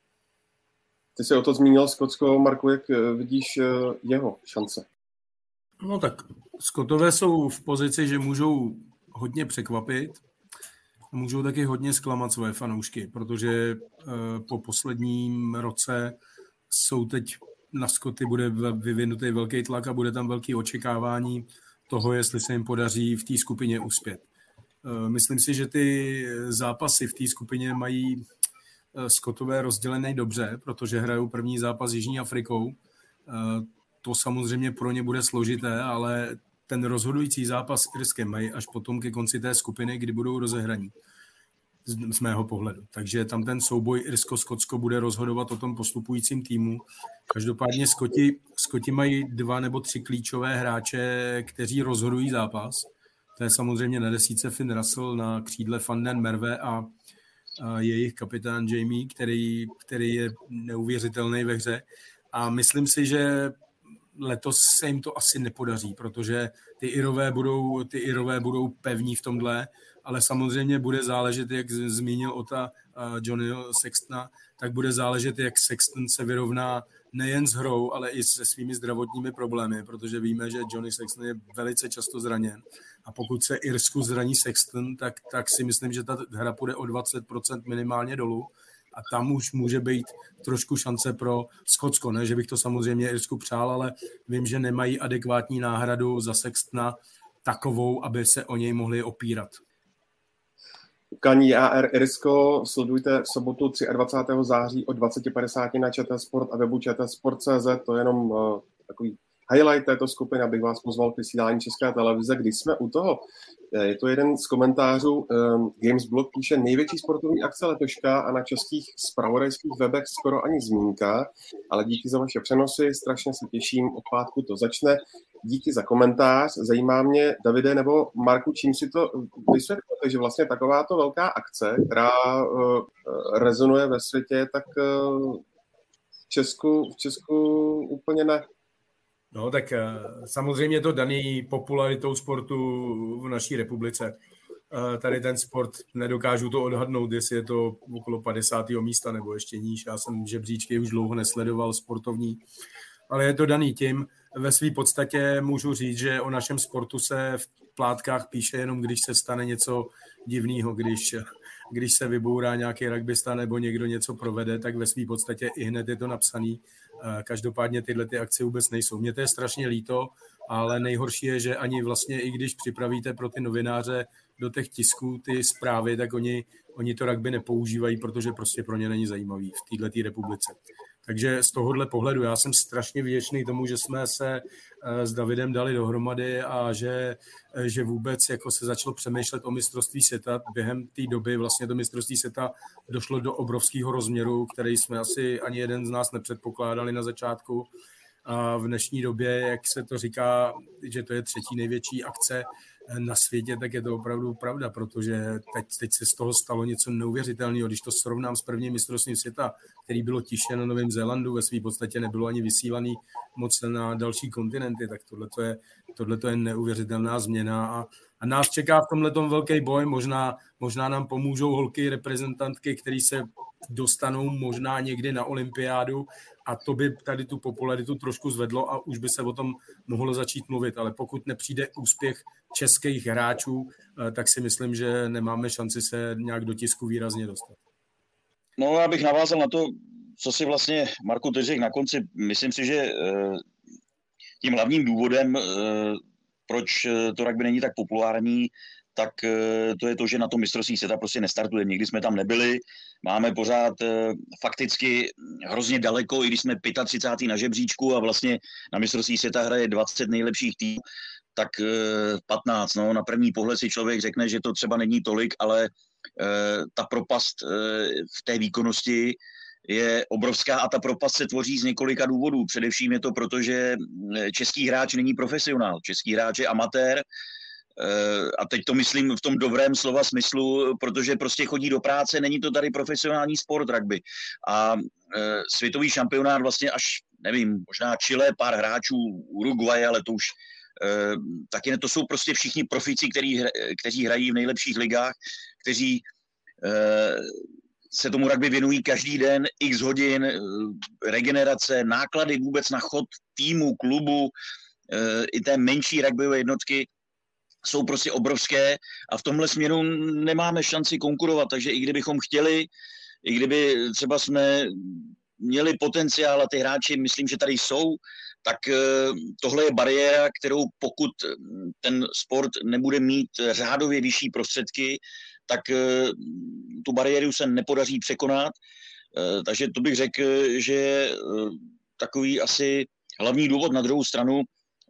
Speaker 1: Ty jsi o to zmínil Skotsko, Marku, jak vidíš jeho šance?
Speaker 3: No tak Skotové jsou v pozici, že můžou hodně překvapit, můžou taky hodně zklamat svoje fanoušky, protože po posledním roce jsou teď na Skoty bude vyvinutý velký tlak a bude tam velké očekávání toho, jestli se jim podaří v té skupině uspět. Myslím si, že ty zápasy v té skupině mají Skotové rozdělený dobře, protože hrajou první zápas s Jižní Afrikou. To samozřejmě pro ně bude složité, ale ten rozhodující zápas s Irskem mají až potom ke konci té skupiny, kdy budou rozehraní. Z mého pohledu. Takže tam ten souboj Irsko-Skotsko bude rozhodovat o tom postupujícím týmu. Každopádně Skoti, Skoti mají dva nebo tři klíčové hráče, kteří rozhodují zápas. To je samozřejmě na desíce Finn Russell, na křídle Van den Merwe a, a jejich kapitán Jamie, který, který je neuvěřitelný ve hře. A myslím si, že letos se jim to asi nepodaří, protože ty Irové budou, ty Irové budou pevní v tomhle, ale samozřejmě bude záležet, jak zmínil Ota Johnnyho Sextona, tak bude záležet, jak Sexton se vyrovná nejen s hrou, ale i se svými zdravotními problémy, protože víme, že Johnny Sexton je velice často zraněn. A pokud se Irsku zraní Sexton, tak, tak si myslím, že ta hra půjde o dvacet procent minimálně dolů. A tam už může být trošku šance pro Skotsko. Ne, že bych to samozřejmě Irsku přál, ale vím, že nemají adekvátní náhradu za Sextona takovou, aby se o něj mohli opírat.
Speaker 1: Utkání A R Irsko sledujte v sobotu dvacátého třetího září od dvacet padesát na ČT Sport a webu čtsport tečka cé zet. To je jenom uh, takový highlight této skupiny, abych vás pozval k vysílání České televize. Když jsme u toho, je to jeden z komentářů, um, Gamesblog píše největší sportovní akce letoška a na českých zpravodajských webech skoro ani zmínka, ale díky za vaše přenosy, strašně se těším, od pátku to začne. Díky za komentář. Zajímá mě, Davide nebo Marku, čím si to vysvětlíte, že vlastně takováto velká akce, která uh, rezonuje ve světě, tak uh, v Česku, v Česku úplně ne.
Speaker 3: No tak samozřejmě to daný popularitou sportu v naší republice. Tady ten sport, nedokážu to odhadnout, jestli je to okolo padesátého místa nebo ještě níž. Já jsem žebříčky už dlouho nesledoval sportovní, ale je to daný tím. Ve své podstatě můžu říct, že o našem sportu se v plátkách píše jenom, když se stane něco divného, když, když se vybourá nějaký rugbysta nebo někdo něco provede, tak ve své podstatě i hned je to napsaný. Každopádně tyhle ty akce vůbec nejsou. Mně to je strašně líto, ale nejhorší je, že ani vlastně i když připravíte pro ty novináře do těch tisků ty zprávy, tak oni, oni to rugby nepoužívají, protože prostě pro ně není zajímavý v této republice. Takže z tohohle pohledu já jsem strašně vděčný tomu, že jsme se s Davidem dali dohromady a že, že vůbec jako se začalo přemýšlet o mistrovství světa. Během té doby vlastně do mistrovství světa došlo do obrovského rozměru, který jsme asi ani jeden z nás nepředpokládali na začátku. A v dnešní době, jak se to říká, že to je třetí největší akce na světě, tak je to opravdu pravda, protože teď, teď se z toho stalo něco neuvěřitelného. Když to srovnám s prvním mistrovstvím světa, který bylo tiše na Novém Zélandu, ve své podstatě nebylo ani vysílaný moc na další kontinenty, tak tohle je, tohleto je neuvěřitelná změna a, a nás čeká v tomhletom velký boj. Možná, možná nám pomůžou holky reprezentantky, které se dostanou možná někdy na olympiádu a to by tady tu popularitu trošku zvedlo a už by se o tom mohlo začít mluvit, ale pokud nepřijde úspěch českých hráčů, tak si myslím, že nemáme šanci se nějak do tisku výrazně dostat.
Speaker 2: No, já bych navázal na to, co si vlastně Marku ty řekl na konci. Myslím si, že tím hlavním důvodem, proč to rugby není tak populární, tak to je to, že na tom mistrovství světa prostě nestartujeme. Nikdy jsme tam nebyli, máme pořád fakticky hrozně daleko, i když jsme třicátý pátý na žebříčku a vlastně na mistrovství světa hraje dvacet nejlepších týmů, tak patnáct. No, na první pohled si člověk řekne, že to třeba není tolik, ale ta propast v té výkonnosti je obrovská a ta propast se tvoří z několika důvodů. Především je to proto, že český hráč není profesionál, český hráč je amatér, a teď to myslím v tom dobrém slova smyslu, protože prostě chodí do práce, není to tady profesionální sport rugby. A světový šampionát vlastně až, nevím, možná Chile, pár hráčů, Uruguay, ale to už taky ne, to jsou prostě všichni profici, který, kteří hrají v nejlepších ligách, kteří se tomu rugby věnují každý den, x hodin, regenerace, náklady vůbec na chod týmu, klubu, i té menší rugbyové jednotky jsou prostě obrovské a v tomhle směru nemáme šanci konkurovat, takže i kdybychom chtěli, i kdyby třeba jsme měli potenciál a ty hráči, myslím, že tady jsou, tak tohle je bariéra, kterou pokud ten sport nebude mít řádově vyšší prostředky, tak tu bariéru se nepodaří překonat. Takže to bych řekl, že je takový asi hlavní důvod. Na druhou stranu,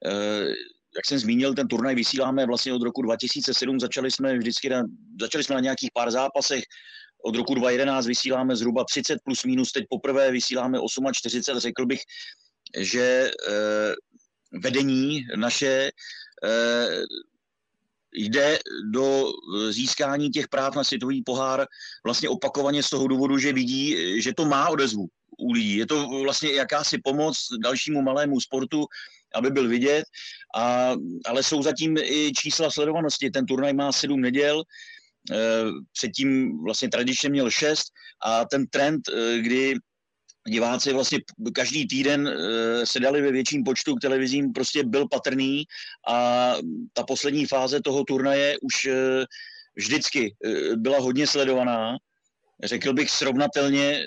Speaker 2: jak jsem zmínil, ten turnaj vysíláme vlastně od roku dva tisíce sedm, začali jsme vždycky na, začali jsme na nějakých pár zápasech, od roku dva tisíce jedenáct vysíláme zhruba třicet plus minus, teď poprvé vysíláme čtyřicet osm, řekl bych, že eh, vedení naše eh, jde do získání těch práv na světový pohár vlastně opakovaně z toho důvodu, že vidí, že to má odezvu u lidí. Je to vlastně jakási pomoc dalšímu malému sportu, aby byl vidět, a, ale jsou zatím i čísla sledovanosti. Ten turnaj má sedm neděl, e, předtím vlastně tradičně měl šest a ten trend, e, kdy diváci vlastně každý týden e, se dali ve větším počtu k televizím, prostě byl patrný a ta poslední fáze toho turnaje už e, vždycky e, byla hodně sledovaná. Řekl bych srovnatelně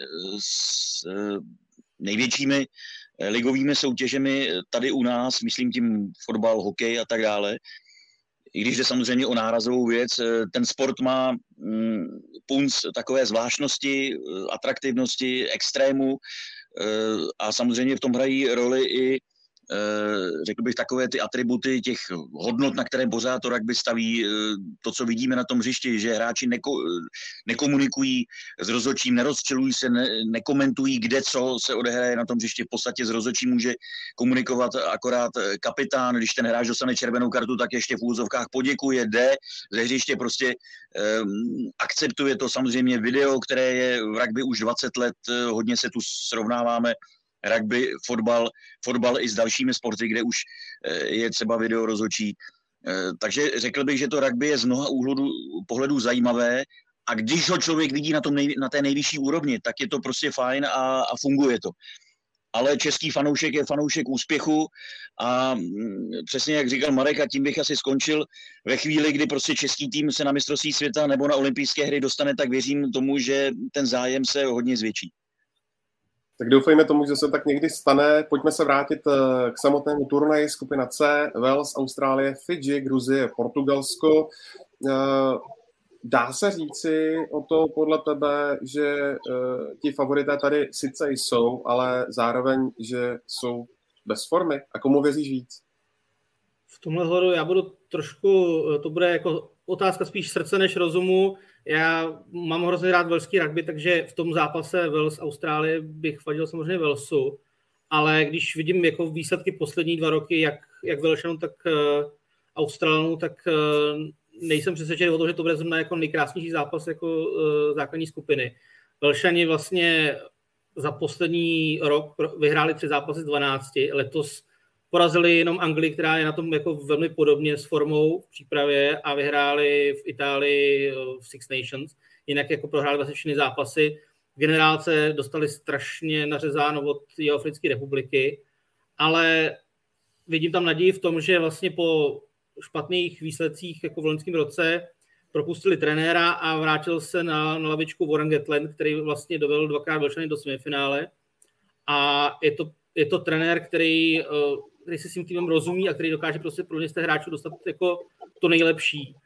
Speaker 2: s e, největšími ligovými soutěžemi tady u nás, myslím tím fotbal, hokej a tak dále. I když jde samozřejmě o nárazovou věc, ten sport má mm, punc takové zvláštnosti, atraktivnosti, extrému a samozřejmě v tom hrají roli i, řekl bych, takové ty atributy těch hodnot, na které pořád to rugby staví, to, co vidíme na tom hřišti, že hráči neko, nekomunikují s rozhodčím, nerozčilují se, ne, nekomentují, kde co se odehraje na tom hřišti. V podstatě s rozhodčím může komunikovat akorát kapitán, když ten hráč dostane červenou kartu, tak ještě v úvozovkách poděkuje, jde ze hřiště, prostě um, akceptuje to samozřejmě video, které je v rugby už dvacet let, hodně se tu srovnáváme rugby, fotbal, fotbal i s dalšími sporty, kde už je třeba video rozhodčí. Takže řekl bych, že to rugby je z mnoha úhledů, pohledů zajímavé a když ho člověk vidí na, tom nej, na té nejvyšší úrovni, tak je to prostě fajn a, a funguje to. Ale český fanoušek je fanoušek úspěchu a přesně jak říkal Marek, a tím bych asi skončil, ve chvíli, kdy prostě český tým se na mistrovství světa nebo na olympijské hry dostane, tak věřím tomu, že ten zájem se hodně zvětší.
Speaker 1: Tak doufejme tomu, že se tak někdy stane. Pojďme se vrátit k samotnému turnaji. Skupina C, Wales, Austrálie, Fidži, Gruzie, Portugalsko. Dá se říci o to podle tebe, že ti favorité tady sice jsou, ale zároveň, že jsou bez formy? A komu věříš víc?
Speaker 4: V tomhle hledu já budu trošku, to bude jako otázka spíš srdce než rozumu. Já mám hrozně rád velský rugby, takže v tom zápase Wales Austrálie bych fandil samozřejmě Walesu, ale když vidím jako výsledky poslední dva roky, jak, jak Velšanů, tak uh, Australanů, tak nejsem přesvědčený o tom, že to bude zrovna jako nejkrásnější zápas jako základní skupiny. Velšani vlastně za poslední rok vyhráli tři zápasy z dvanácti. Letos porazili jenom Anglii, která je na tom jako velmi podobně s formou v přípravě a vyhráli v Itálii v Six Nations. Jinak jako prohráli vlastně všechny zápasy. Generálce dostali strašně nařezáno od Jihoafrické republiky, ale vidím tam naději v tom, že vlastně po špatných výsledcích jako v loňském roce propustili trenéra a vrátil se na, na lavičku Warren Gatland, který vlastně dovedl dvakrát Velšany do semifinále. A je to, je to trenér, který, který si s tím týmem rozumí a který dokáže prostě pro ně z těch hráčů dostat jako to nejlepší.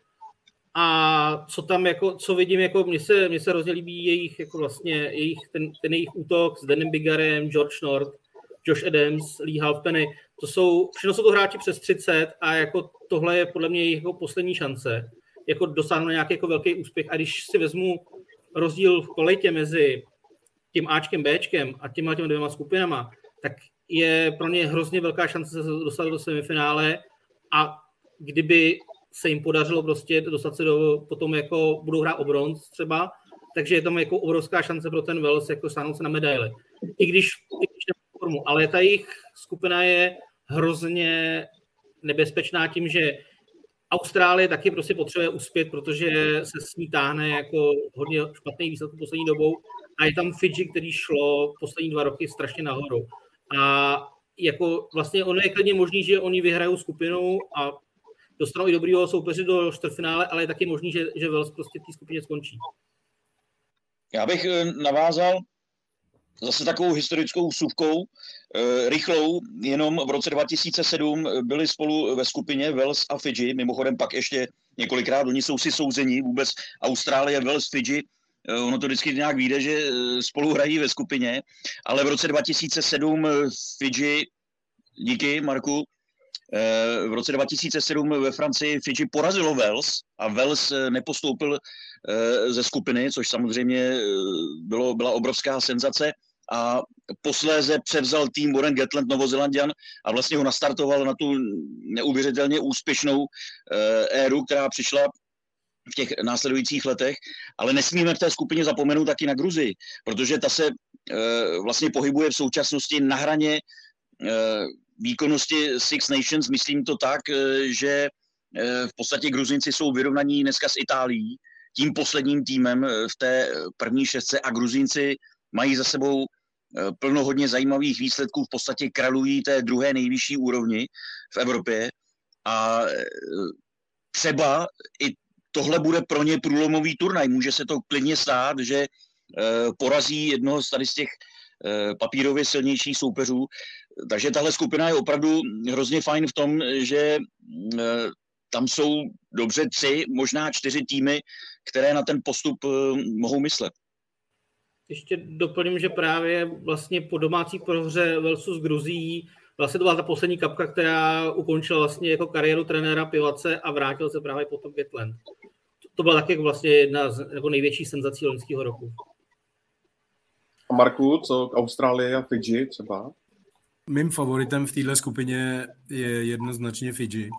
Speaker 4: A co tam jako, co vidím, jako mně se, mně se hrozně líbí jejich, jako vlastně jejich, ten, ten jejich útok s Danem Bigarem, George North, Josh Adams, Lee Halfpenny, to jsou, všechno jsou to hráči přes třicet a jako tohle je podle mě jejich jako poslední šance, jako dosáhnout nějaký jako velký úspěch. A když si vezmu rozdíl v kvalitě mezi tím Ačkem, Bčkem a těma těma dvěma skupinama, tak je pro ně hrozně velká šance se dostat do semifinále a kdyby se jim podařilo prostě dostat se do, potom jako budou hrát o bronz třeba, takže je tam jako obrovská šance pro ten Wales jako sáhnout se na medaile. I když, i když nemá formu, ale ta jejich skupina je hrozně nebezpečná tím, že Austrálie taky prostě potřebuje uspět, protože se s ní táhne jako hodně špatný výsledek poslední dobou a je tam Fidži, který šlo poslední dva roky strašně nahoru. A jako vlastně ono je klidně možný, že oni vyhrajou skupinu a dostanou i dobrýho soupeře do čtvrtfinále, ale je taky možný, že, že Wales prostě v té skupině skončí.
Speaker 2: Já bych navázal zase takovou historickou vsuvkou, e, rychlou, jenom v roce dva tisíce sedm byli spolu ve skupině Wales a Fidži, mimochodem pak ještě několikrát, oni jsou si souzení, vůbec Austrálie, Wales, Fidži, e, ono to vždycky nějak vyjde, že spolu hrají ve skupině, ale v roce dva tisíce sedm Fidži, díky Marku, v roce dva tisíce sedm ve Francii Fidži porazilo Wales a Wales nepostoupil ze skupiny, což samozřejmě bylo, byla obrovská senzace a posléze převzal tým Warren Gatland, Novozelanďan, a vlastně ho nastartoval na tu neuvěřitelně úspěšnou éru, která přišla v těch následujících letech, ale nesmíme v té skupině zapomenout taky na Gruzii, protože ta se vlastně pohybuje v současnosti na hraně výkonnosti Six Nations, myslím to tak, že v podstatě Gruzinci jsou vyrovnaní dneska s Itálií, tím posledním týmem v té první šestce a Gruzinci mají za sebou plno hodně zajímavých výsledků, v podstatě králují té druhé nejvyšší úrovni v Evropě a třeba i tohle bude pro ně průlomový turnaj. Může se to klidně stát, že porazí jednoho z tady z těch papírově silnějších soupeřů. Takže tahle skupina je opravdu hrozně fajn v tom, že tam jsou dobře tři, možná čtyři týmy, které na ten postup mohou myslet.
Speaker 4: Ještě doplním, že právě vlastně po domácí prohře Walesu s Gruzií vlastně to byla ta poslední kapka, která ukončila vlastně jako kariéru trenéra Pivace a vrátil se právě potom Gatland. To byla taky vlastně jedna z jako největších senzací loňského roku.
Speaker 1: A Marku, co Austrálie a Fidži třeba?
Speaker 3: Mým favoritem v této skupině je jednoznačně Fidži.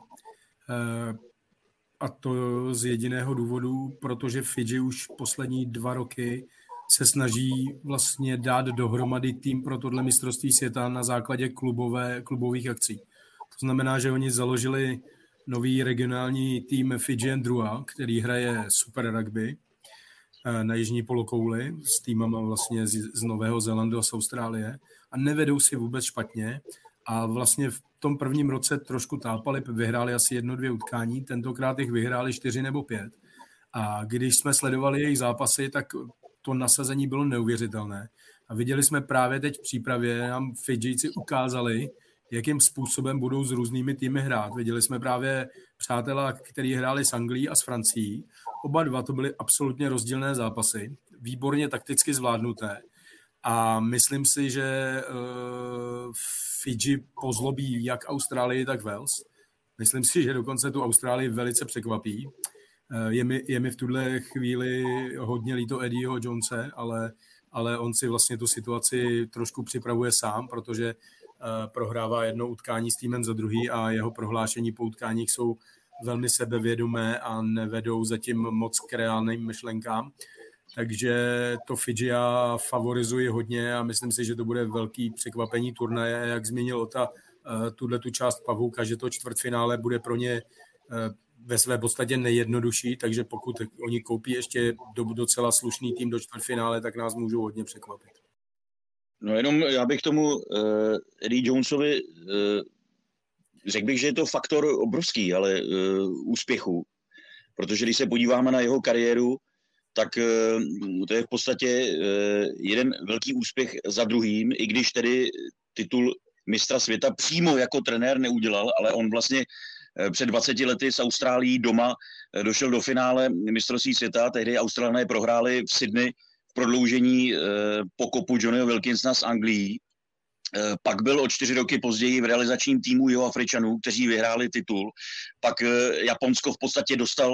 Speaker 3: A to z jediného důvodu, protože Fidži už poslední dva roky se snaží vlastně dát dohromady tým pro tohle mistrovství světa na základě klubové, klubových akcí. To znamená, že oni založili nový regionální tým Fijian Drua, který hraje super rugby na jižní polokouli s týmama vlastně z, z Nového Zélandu a z Austrálie a nevedou si vůbec špatně a vlastně v tom prvním roce trošku tápali, vyhráli asi jedno, dvě utkání, tentokrát jich vyhráli čtyři nebo pět a když jsme sledovali jejich zápasy, tak to nasazení bylo neuvěřitelné a viděli jsme právě teď v přípravě, nám Fidžijci ukázali, jakým způsobem budou s různými týmy hrát. Viděli jsme právě přátelé, kteří hráli s Anglií a s Francií. Oba dva to byly absolutně rozdílné zápasy, výborně takticky zvládnuté. A myslím si, že uh, Fidži pozlobí jak Austrálii, tak Wales. Myslím si, že dokonce tu Austrálii velice překvapí. Uh, je, mi, je mi v tuhle chvíli hodně líto Eddieho Jonese, ale, ale on si vlastně tu situaci trošku připravuje sám, protože prohrává jedno utkání s týmem za druhý a jeho prohlášení po utkáních jsou velmi sebevědomé a nevedou zatím moc k reálným myšlenkám. Takže to Fidži já favorizuji hodně a myslím si, že to bude velký překvapení turnaje. Jak zmínil Ota tuhle tu část pavouka, že to čtvrtfinále bude pro ně ve své podstatě nejjednodušší, takže pokud oni koupí ještě docela slušný tým do čtvrtfinále, tak nás můžou hodně překvapit.
Speaker 2: No jenom já bych tomu uh, Eddie Jonesovi uh, řekl bych, že je to faktor obrovský, ale uh, úspěchu. Protože když se podíváme na jeho kariéru, tak uh, to je v podstatě uh, jeden velký úspěch za druhým, i když tedy titul mistra světa přímo jako trenér neudělal, ale on vlastně před dvaceti lety s Austrálií doma došel do finále mistrovství světa, tehdy Australané prohráli v Sydney v prodloužení pokopu Johnnyho Wilkinsona z Anglií. Pak byl o čtyři roky později v realizačním týmu Jihoafričanů, kteří vyhráli titul. Pak Japonsko v podstatě dostal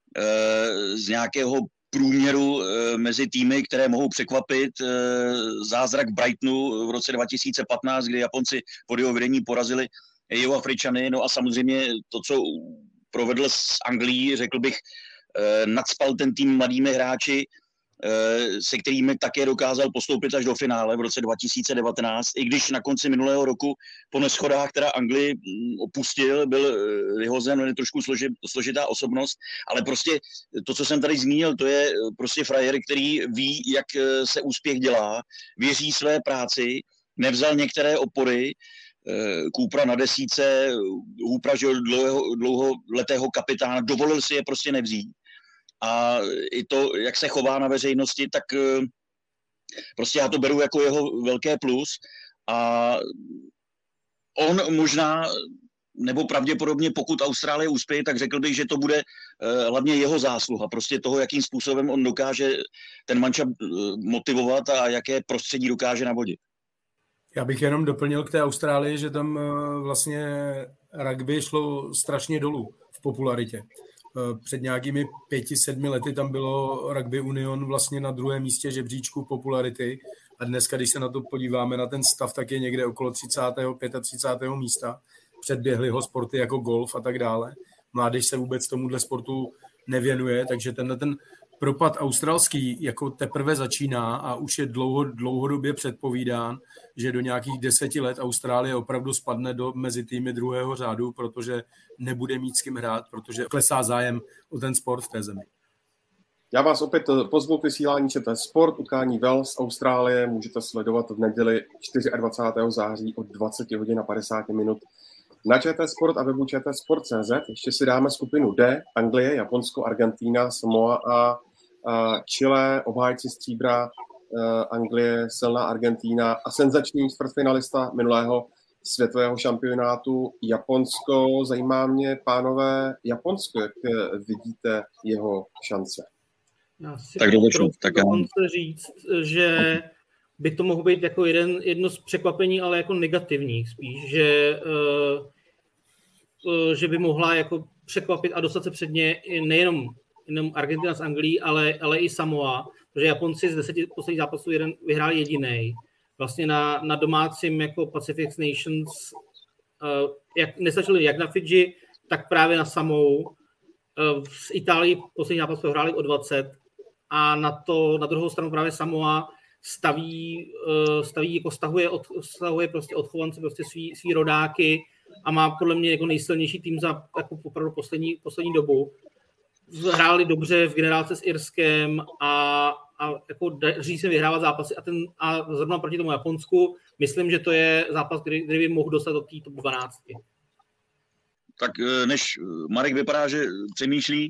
Speaker 2: z nějakého průměru mezi týmy, které mohou překvapit, zázrak Brightonu v roce dva tisíce patnáct, kdy Japonci pod jeho vedení porazili Jihoafričany, no a samozřejmě to, co provedl s Anglií, řekl bych, nacpal ten tým mladými hráči, se kterými také dokázal postoupit až do finále v roce dva tisíce devatenáct, i když na konci minulého roku po neschodách, která Anglii opustil, byl vyhozen, on je trošku složit, složitá osobnost, ale prostě to, co jsem tady zmínil, to je prostě frajer, který ví, jak se úspěch dělá, věří své práci, nevzal některé opory, Coopera na desíce, Hoopera, že dlouho, dlouholetého kapitána, dovolil si je prostě nevzít. A i to, jak se chová na veřejnosti, tak prostě já to beru jako jeho velké plus. A on možná, nebo pravděpodobně, pokud Austrálie uspěje, tak řekl bych, že to bude hlavně jeho zásluha. Prostě toho, jakým způsobem on dokáže ten mančap motivovat a jaké prostředí dokáže navodit.
Speaker 3: Já bych jenom doplnil k té Austrálii, že tam vlastně rugby šlo strašně dolů v popularitě. Před nějakými pěti, sedmi lety tam bylo Rugby Union vlastně na druhém místě žebříčku popularity a dneska, když se na to podíváme, na ten stav, tak je někde okolo třicátého, třicátého pátého místa. Předběhly ho sporty jako golf a tak dále. Mládež se vůbec tomuhle sportu nevěnuje, takže tenhle ten propad australský jako teprve začíná a už je dlouho, dlouhodobě předpovídán, že do nějakých deseti let Austrálie opravdu spadne do mezi týmy druhého řádu, protože nebude mít s kým hrát, protože klesá zájem o ten sport v té zemi.
Speaker 1: Já vás opět pozvu k wysílání ČT Sport. Utkání Wales Austrálie můžete sledovat v neděli dvacátého čtvrtého září od dvacet hodin a padesát minut na ČT Sport a webu čtsport tečka cz. Ještě si dáme skupinu D, Anglie, Japonsko, Argentína, Samoa a Chile, obhájci stříbra, Anglie, silná Argentína a senzační čtvrtfinalista minulého světového šampionátu Japonsko. Zajímá mě, pánové, Japonsko, jak vidíte jeho šance?
Speaker 4: Já si
Speaker 2: tak dokonce tak
Speaker 4: říct, že by to mohlo být jako jeden, jedno z překvapení, ale jako negativních spíš, že, uh, že by mohla jako překvapit a dostat se před ně nejenom, jenom Argentina s Anglií, ale, ale i Samoa, protože Japonci z deseti posledních zápasů jeden vyhráli jedinej. Vlastně na, na domácím jako Pacific Nations uh, jak, nestačili jak na Fidži, tak právě na Samou. Uh, z Itálii poslední zápas hráli o dvacet a na, to, na druhou stranu právě Samoa staví, uh, staví jako stahuje, od, stahuje prostě odchovance prostě svý, svý rodáky a má podle mě jako nejsilnější tým za jako opravdu poslední, poslední dobu. Hráli dobře v generálce s Irskem a, a jako daří se vyhrávat zápasy a, ten, a zrovna proti tomu Japonsku myslím, že to je zápas, kdy, kdy by mohl dostat do té top dvanáct.
Speaker 2: Tak než Marek vypadá, že přemýšlí,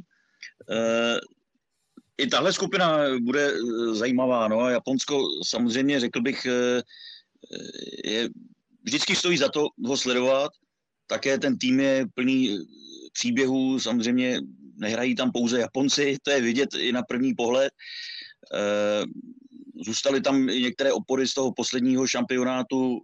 Speaker 2: i tahle skupina bude zajímavá. No? Japonsko samozřejmě, řekl bych, je, vždycky stojí za to ho sledovat. Také ten tým je plný příběhů, samozřejmě nehrají tam pouze Japonci, to je vidět i na první pohled. Zůstaly tam i některé opory z toho posledního šampionátu.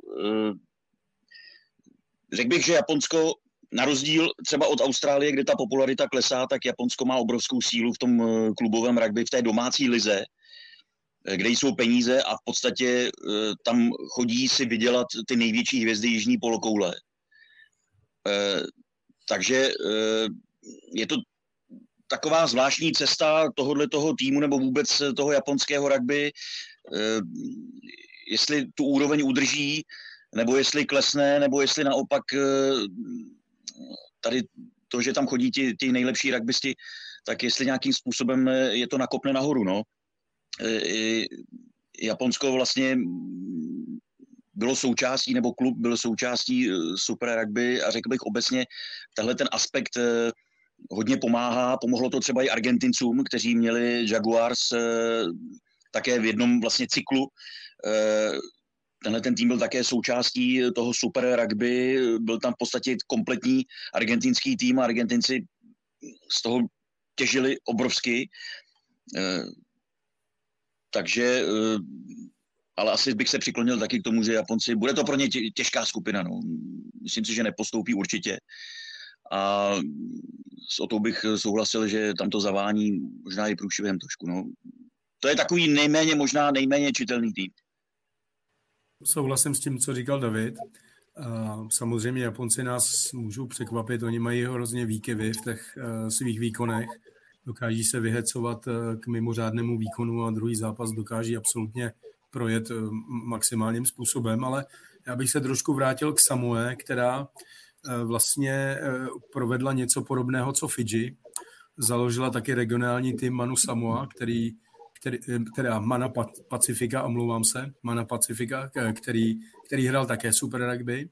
Speaker 2: Řekl bych, že Japonsko, na rozdíl třeba od Austrálie, kde ta popularita klesá, tak Japonsko má obrovskou sílu v tom klubovém rugby, v té domácí lize, kde jsou peníze a v podstatě tam chodí si vydělat ty největší hvězdy jižní polokoule. Takže je to taková zvláštní cesta tohohle toho týmu nebo vůbec toho japonského rugby, jestli tu úroveň udrží, nebo jestli klesne, nebo jestli naopak tady to, že tam chodí ti, ti nejlepší rugbysti, tak jestli nějakým způsobem je to nakopne nahoru. No. Japonsko vlastně bylo součástí, nebo klub byl součástí Super Rugby a řekl bych obecně, tenhle ten aspekt hodně pomáhá. Pomohlo to třeba i Argentincům, kteří měli Jaguars také v jednom vlastně cyklu. Tenhle ten tým byl také součástí toho Super Rugby, byl tam v podstatě kompletní argentinský tým a Argentinci z toho těžili obrovsky. Takže, ale asi bych se přiklonil taky k tomu, že Japonci, bude to pro ně těžká skupina, no. Myslím si, že nepostoupí určitě. A s o to bych souhlasil, že tam to zavání možná i průšvihem trošku, no. To je takový nejméně, možná nejméně čitelný tým.
Speaker 3: Souhlasím s tím, co říkal David. Samozřejmě Japonci nás můžou překvapit, oni mají hrozně výkyvy v těch svých výkonech. Dokáží se vyhecovat k mimořádnému výkonu a druhý zápas dokáží absolutně projet maximálním způsobem, ale já bych se trošku vrátil k Samoe, která vlastně provedla něco podobného, co Fidži. Založila taky regionální tým Manu Samoa, který, který, teda Mana Pacifika, omlouvám se, Mana Pacifika, který, který hrál také Super Rugby.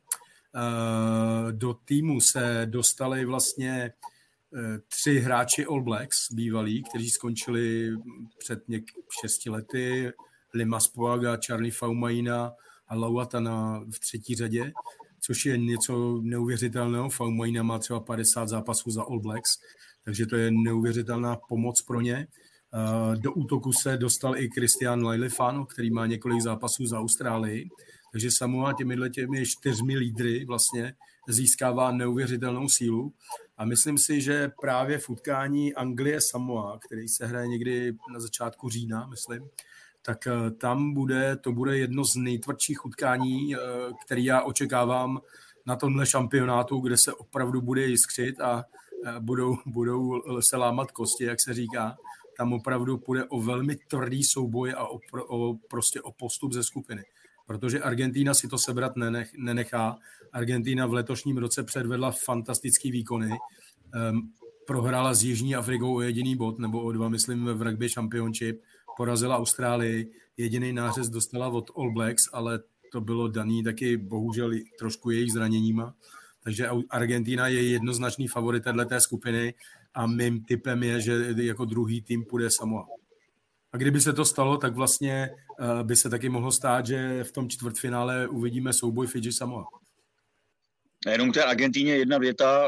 Speaker 3: Do týmu se dostali vlastně tři hráči All Blacks bývalí, kteří skončili před něk šesti lety, Lima Spoaga, Charlie Faumaina a Lauatana v třetí řadě, což je něco neuvěřitelného. Faumaina má třeba padesát zápasů za All Blacks, takže to je neuvěřitelná pomoc pro ně. Do útoku se dostal i Christian Lailefano, který má několik zápasů za Austrálii, takže Samoa těmi těmi čtyřmi lídry vlastně získává neuvěřitelnou sílu. A myslím si, že právě v utkání Anglie-Samoa, který se hraje někdy na začátku října, myslím, tak tam bude, to bude jedno z nejtvrdších utkání, který já očekávám na tomhle šampionátu, kde se opravdu bude jiskřit a budou, budou se lámat kosti, jak se říká. Tam opravdu půjde o velmi tvrdý souboj a o, o, prostě o postup ze skupiny. Protože Argentína si to sebrat nenech, nenechá. Argentína v letošním roce předvedla fantastický výkony. Um, prohrála s Jižní Afrikou o jediný bod, nebo o dva, myslím, v Rugby Championship. Porazila Austrálii. Jediný nářez dostala od All Blacks, ale to bylo daný taky bohužel trošku jejich zraněníma. Takže Argentína je jednoznačný favorit této skupiny a mým tipem je, že jako druhý tým půjde Samoa. A kdyby se to stalo, tak vlastně uh, by se taky mohlo stát, že v tom čtvrtfinále uvidíme souboj Fidži-Samoa.
Speaker 2: Jenom k té Argentíně jedna věta.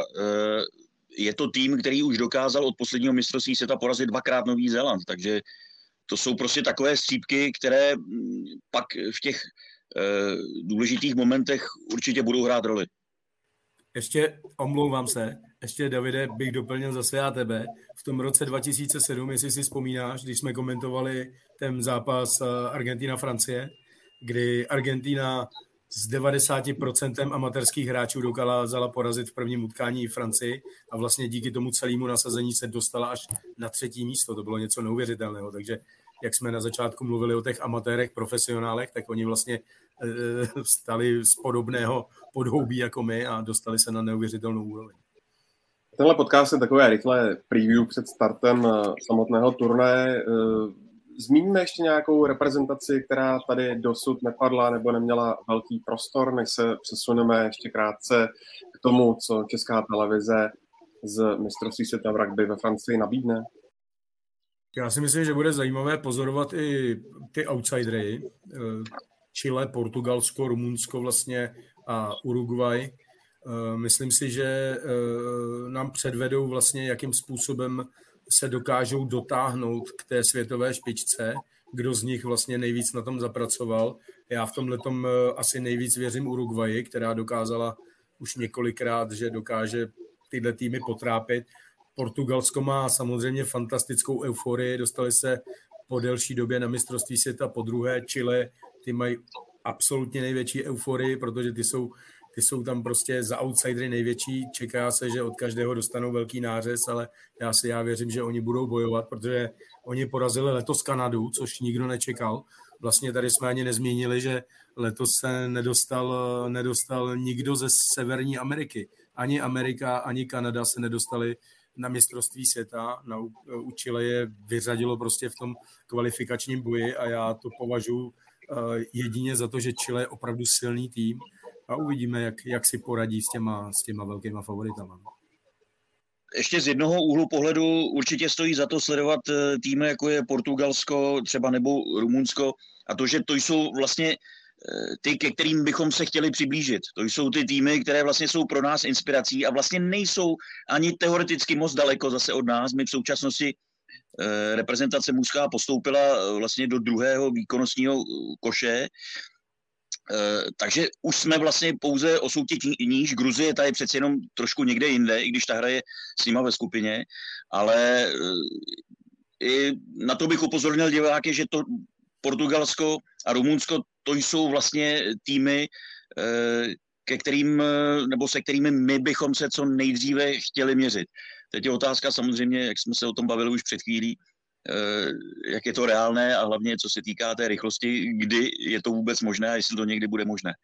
Speaker 2: Je to tým, který už dokázal od posledního mistrovství světa porazit dvakrát Nový Zéland, takže to jsou prostě takové střípky, které pak v těch důležitých momentech určitě budou hrát roli.
Speaker 3: Ještě, omlouvám se, ještě Davide bych doplnil zase já tebe. V tom roce dva tisíce sedm, jestli si vzpomínáš, když jsme komentovali ten zápas Argentina-Francie, kdy Argentina s devadesát procent amatérských hráčů dokázala porazit v prvním utkání Francii a vlastně díky tomu celému nasazení se dostala až na třetí místo. To bylo něco neuvěřitelného, takže jak jsme na začátku mluvili o těch amatérech, profesionálech, tak oni vlastně e, stali z podobného podhoubí jako my a dostali se na neuvěřitelnou úroveň.
Speaker 1: Tenhle podcast je takové rychlé preview před startem samotného turnaje. Zmíníme ještě nějakou reprezentaci, která tady dosud nepadla nebo neměla velký prostor, než se přesuneme ještě krátce k tomu, co Česká televize z mistrovství světa v rugby ve Francii nabídne?
Speaker 3: Já si myslím, že bude zajímavé pozorovat i ty outsidery. Chile, Portugalsko, Rumunsko vlastně a Uruguay. Myslím si, že nám předvedou vlastně, jakým způsobem se dokážou dotáhnout k té světové špičce, kdo z nich vlastně nejvíc na tom zapracoval. Já v tomhletom asi nejvíc věřím Uruguayi, která dokázala už několikrát, že dokáže tyhle týmy potrápit. Portugalsko má samozřejmě fantastickou euforii, dostali se po delší době na mistrovství světa po druhé. Chile, ty mají absolutně největší euforii, protože ty jsou ty jsou tam prostě za outsidery největší, čeká se, že od každého dostanou velký nářez, ale já si já věřím, že oni budou bojovat, protože oni porazili letos Kanadu, což nikdo nečekal. Vlastně tady jsme ani nezmínili, že letos se nedostal, nedostal nikdo ze Severní Ameriky. Ani Amerika, ani Kanada se nedostali na mistrovství světa. Na, u Chile je vyřadilo prostě v tom kvalifikačním boji a já to považuji uh, jedině za to, že Chile je opravdu silný tým a uvidíme, jak, jak si poradí s těma, s těma velkýma favoritama.
Speaker 2: Ještě z jednoho úhlu pohledu určitě stojí za to sledovat týmy, jako je Portugalsko třeba nebo Rumunsko a to, že to jsou vlastně ty, ke kterým bychom se chtěli přiblížit. To jsou ty týmy, které vlastně jsou pro nás inspirací a vlastně nejsou ani teoreticky moc daleko zase od nás. My v současnosti reprezentace mužská postoupila vlastně do druhého výkonnostního koše, takže už jsme vlastně pouze o soutěž níž. Gruzie ta je přeci jenom trošku někde jinde, i když ta hraje s nima ve skupině, ale i na to bych upozornil diváky, že to Portugalsko a Rumunsko, to jsou vlastně týmy, ke kterým, nebo se kterými my bychom se co nejdříve chtěli měřit. Teď je otázka samozřejmě, jak jsme se o tom bavili už před chvílí, jak je to reálné a hlavně co se týká té rychlosti, kdy je to vůbec možné a jestli to někdy bude možné.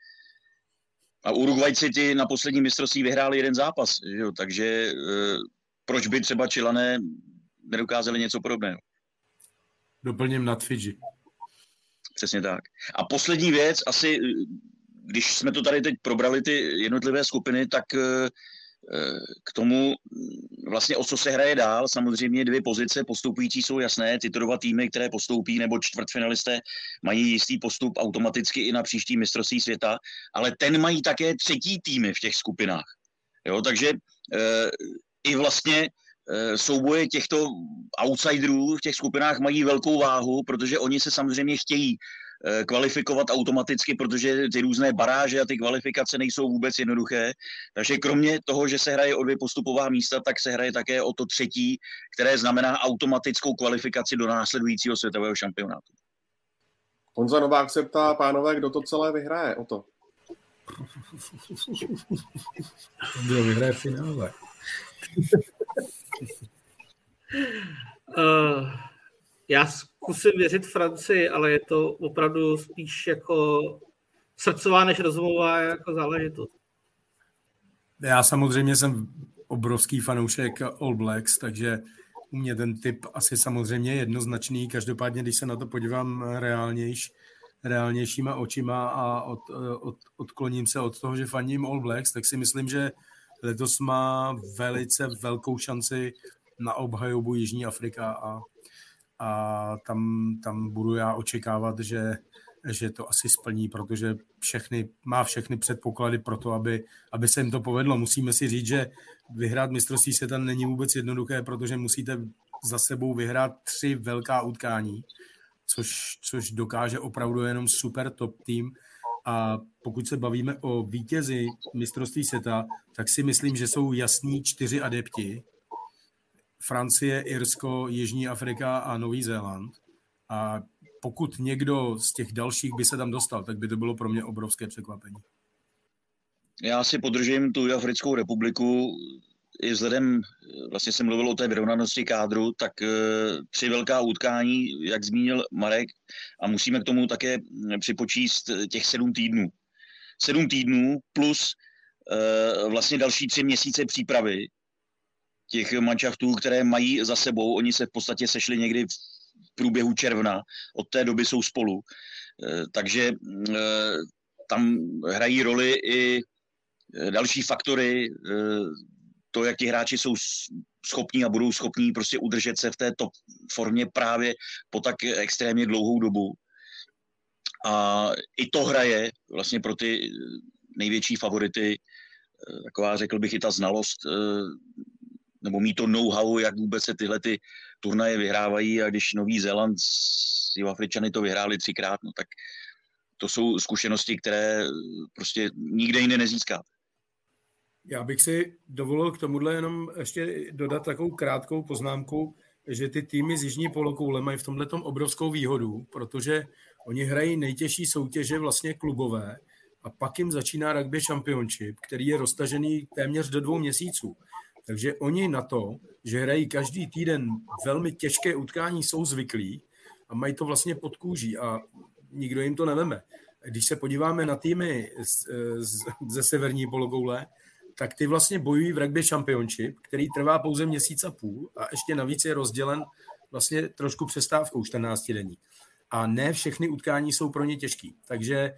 Speaker 2: A Uruguajci ty na poslední mistrovství vyhráli jeden zápas, jo? Takže proč by třeba Čilané nedokázali něco podobného?
Speaker 3: Doplním nad Fidži.
Speaker 2: Přesně tak. A poslední věc, asi, když jsme to tady teď probrali, ty jednotlivé skupiny, tak k tomu vlastně o co se hraje dál. Samozřejmě dvě pozice postupující jsou jasné. Tyto dva týmy, které postoupí, nebo čtvrtfinalisté, mají jistý postup automaticky i na příští mistrovství světa, ale ten mají také třetí týmy v těch skupinách. Jo, takže e, i vlastně e, souboje těchto outsiderů v těch skupinách mají velkou váhu, protože oni se samozřejmě chtějí kvalifikovat automaticky, protože ty různé baráže a ty kvalifikace nejsou vůbec jednoduché. Takže kromě toho, že se hraje o dvě postupová místa, tak se hraje také o to třetí, které znamená automatickou kvalifikaci do následujícího světového šampionátu.
Speaker 1: Honza Novák se ptá, pánové, kdo to celé vyhraje, o to.
Speaker 3: Kdo vyhraje v finále?
Speaker 4: uh... Já zkusím věřit Francii, ale je to opravdu spíš jako srdcová než rozumová jako záležitost.
Speaker 3: Já samozřejmě jsem obrovský fanoušek All Blacks, takže u mě ten typ asi samozřejmě jednoznačný. Každopádně, když se na to podívám reálnějš, reálnějšíma očima a od, od, odkloním se od toho, že faním All Blacks, tak si myslím, že letos má velice velkou šanci na obhajobu Jižní Afrika a a tam, tam budu já očekávat, že, že to asi splní, protože všechny, má všechny předpoklady pro to, aby, aby se jim to povedlo. Musíme si říct, že vyhrát mistrovství světa není vůbec jednoduché, protože musíte za sebou vyhrát tři velká utkání, což, což dokáže opravdu jenom super top tým. A pokud se bavíme o vítězi mistrovství světa, tak si myslím, že jsou jasní čtyři adepti. Francie, Irsko, Jižní Afrika a Nový Zéland. A pokud někdo z těch dalších by se tam dostal, tak by to bylo pro mě obrovské překvapení.
Speaker 2: Já si podržím tu Africkou republiku. I vzhledem, vlastně jsem mluvil o té vyrovnanosti kádru, tak tři velká utkání, jak zmínil Marek, a musíme k tomu také připočíst těch sedm týdnů. Sedm týdnů plus vlastně další tři měsíce přípravy těch manšaftů, které mají za sebou. Oni se v podstatě sešli někdy v průběhu června, od té doby jsou spolu. Takže tam hrají roli i další faktory, to, jak ti hráči jsou schopní a budou schopní prostě udržet se v té top formě právě po tak extrémně dlouhou dobu. A i to hraje vlastně pro ty největší favority, taková, řekl bych, i ta znalost, nebo mít to know-how, jak vůbec se tyhle ty turnaje vyhrávají, a když Nový Zéland s Jihoafričany to vyhráli třikrát, no tak to jsou zkušenosti, které prostě nikde jinde nezíská.
Speaker 3: Já bych si dovolil k tomuhle jenom ještě dodat takovou krátkou poznámku, že ty týmy z jižní polokoule mají v tomhletom obrovskou výhodu, protože oni hrají nejtěžší soutěže vlastně klubové a pak jim začíná Rugby Championship, který je roztažený téměř do dvou měsíců. Takže oni na to, že hrají každý týden velmi těžké utkání, jsou zvyklí a mají to vlastně pod kůží a nikdo jim to neveme. Když se podíváme na týmy z, z, ze severní polokoule, tak ty vlastně bojují v Rugby Championship, který trvá pouze měsíc a půl a ještě navíc je rozdělen vlastně trošku přestávkou čtrnáctidenní. A ne všechny utkání jsou pro ně těžký. Takže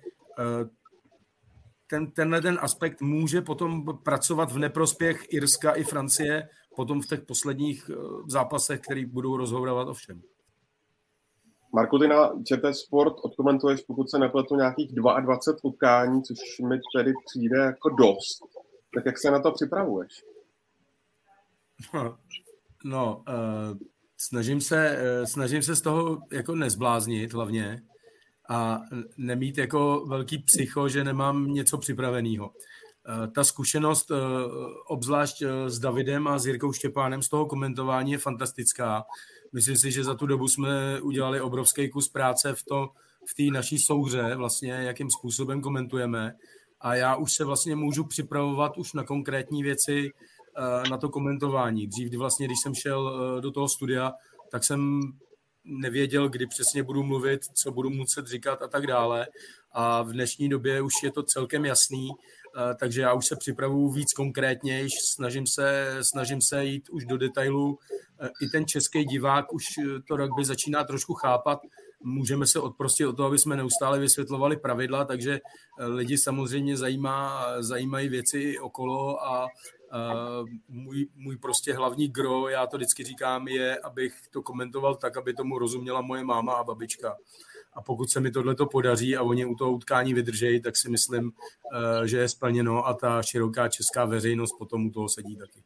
Speaker 3: ten, tenhle ten aspekt může potom pracovat v neprospěch Irska i Francie potom v těch posledních zápasech, které budou rozhodovat o všem.
Speaker 1: Marku, ty na ČT Sport odkomentuješ, pokud se nepletu, nějakých dvacet dva utkání, což mi tedy přijde jako dost. Tak jak se na to připravuješ?
Speaker 3: No, no uh, snažím se, uh, snažím se z toho jako nezbláznit hlavně a nemít jako velký psycho, že nemám něco připraveného. Uh, ta zkušenost, uh, obzvlášť uh, s Davidem a s Jirkou Štěpánem z toho komentování je fantastická. Myslím si, že za tu dobu jsme udělali obrovský kus práce v to, v té naší souhře, vlastně, jakým způsobem komentujeme. A já už se vlastně můžu připravovat už na konkrétní věci, na to komentování. Dřív, vlastně, když jsem šel do toho studia, tak jsem nevěděl, kdy přesně budu mluvit, co budu muset říkat a tak dále. A v dnešní době už je to celkem jasný, takže já už se připravuju víc konkrétně, snažím se, snažím se jít už do detailu. I ten český divák už to rugby začíná trošku chápat. Můžeme se odprostit od toho, aby jsme neustále vysvětlovali pravidla, takže lidi samozřejmě zajímá, zajímají věci okolo a Uh, můj, můj prostě hlavní gro, já to vždycky říkám, je, abych to komentoval tak, aby tomu rozuměla moje máma a babička. A pokud se mi tohleto podaří a oni u toho utkání vydržejí, tak si myslím, uh, že je splněno a ta široká česká veřejnost potom u toho sedí taky.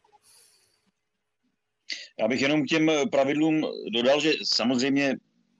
Speaker 2: Já bych jenom k těm pravidlům dodal, že samozřejmě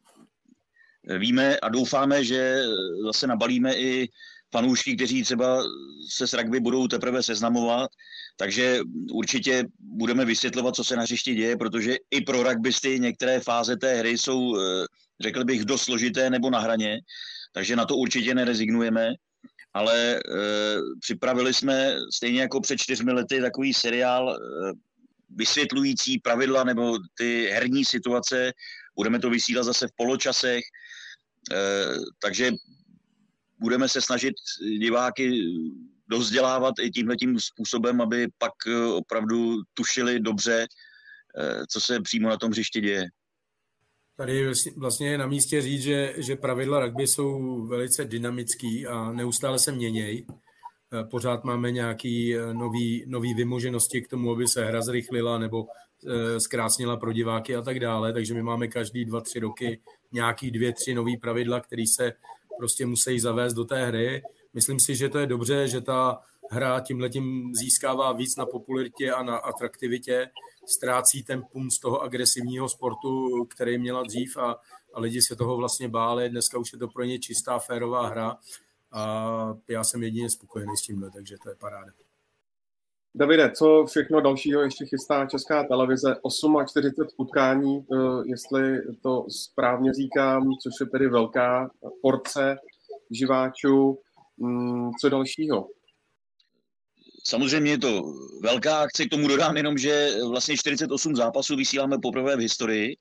Speaker 2: víme a doufáme, že zase nabalíme i fanoušky, kteří třeba se s rugby budou teprve seznamovat, takže určitě budeme vysvětlovat, co se na hřišti děje, protože i pro rugbysty některé fáze té hry jsou, řekl bych, dost složité nebo na hraně, takže na to určitě nerezignujeme, ale e, připravili jsme stejně jako před čtyřmi lety takový seriál e, vysvětlující pravidla nebo ty herní situace, budeme to vysílat zase v poločasech, e, takže budeme se snažit diváky dozdělávat i tímhletím způsobem, aby pak opravdu tušili dobře, co se přímo na tom hřišti děje.
Speaker 3: Tady vlastně je na místě říct, že, že pravidla rugby jsou velice dynamický a neustále se měnějí. Pořád máme nějaké nové vymoženosti k tomu, aby se hra zrychlila nebo zkrásnila pro diváky a tak dále. Takže my máme každý dva, tři roky nějaký dvě, tři nový pravidla, které se prostě musí zavést do té hry. Myslím si, že to je dobře, že ta hra tímhletím získává víc na popularitě a na atraktivitě, ztrácí ten punt z toho agresivního sportu, který měla dřív a, a lidi se toho vlastně báli. Dneska už je to pro ně čistá, férová hra a já jsem jedině spokojený s tímhle, takže to je paráda.
Speaker 1: Davide, co všechno dalšího ještě chystá Česká televize? čtyřicet osm utkání, jestli to správně říkám, což je tedy velká porce živáčů. Co dalšího?
Speaker 2: Samozřejmě je to velká akce, k tomu dodám jenom, že vlastně čtyřicet osm zápasů vysíláme poprvé v historii.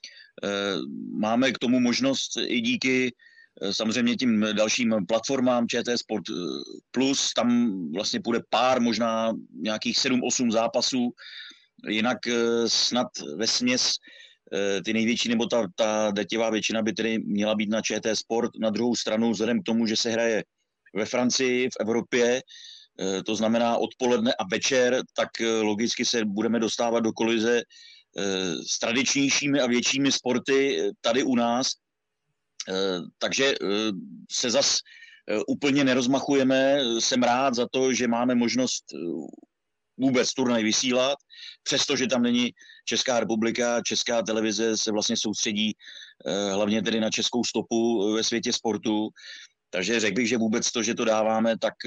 Speaker 2: Máme k tomu možnost i díky samozřejmě tím dalším platformám ČT Sport Plus, tam vlastně půjde pár, možná nějakých sedm osm zápasů, jinak snad vesměs ty největší, nebo ta, ta drtivá většina by tedy měla být na ČT Sport. Na druhou stranu, vzhledem k tomu, že se hraje ve Francii, v Evropě, to znamená odpoledne a večer, tak logicky se budeme dostávat do kolize s tradičnějšími a většími sporty tady u nás. Takže se zas úplně nerozmachujeme. Jsem rád za to, že máme možnost vůbec turnaj vysílat, přestože tam není Česká republika, Česká televize se vlastně soustředí hlavně tedy na českou stopu ve světě sportu. Takže řekl bych, že vůbec to, že to dáváme, tak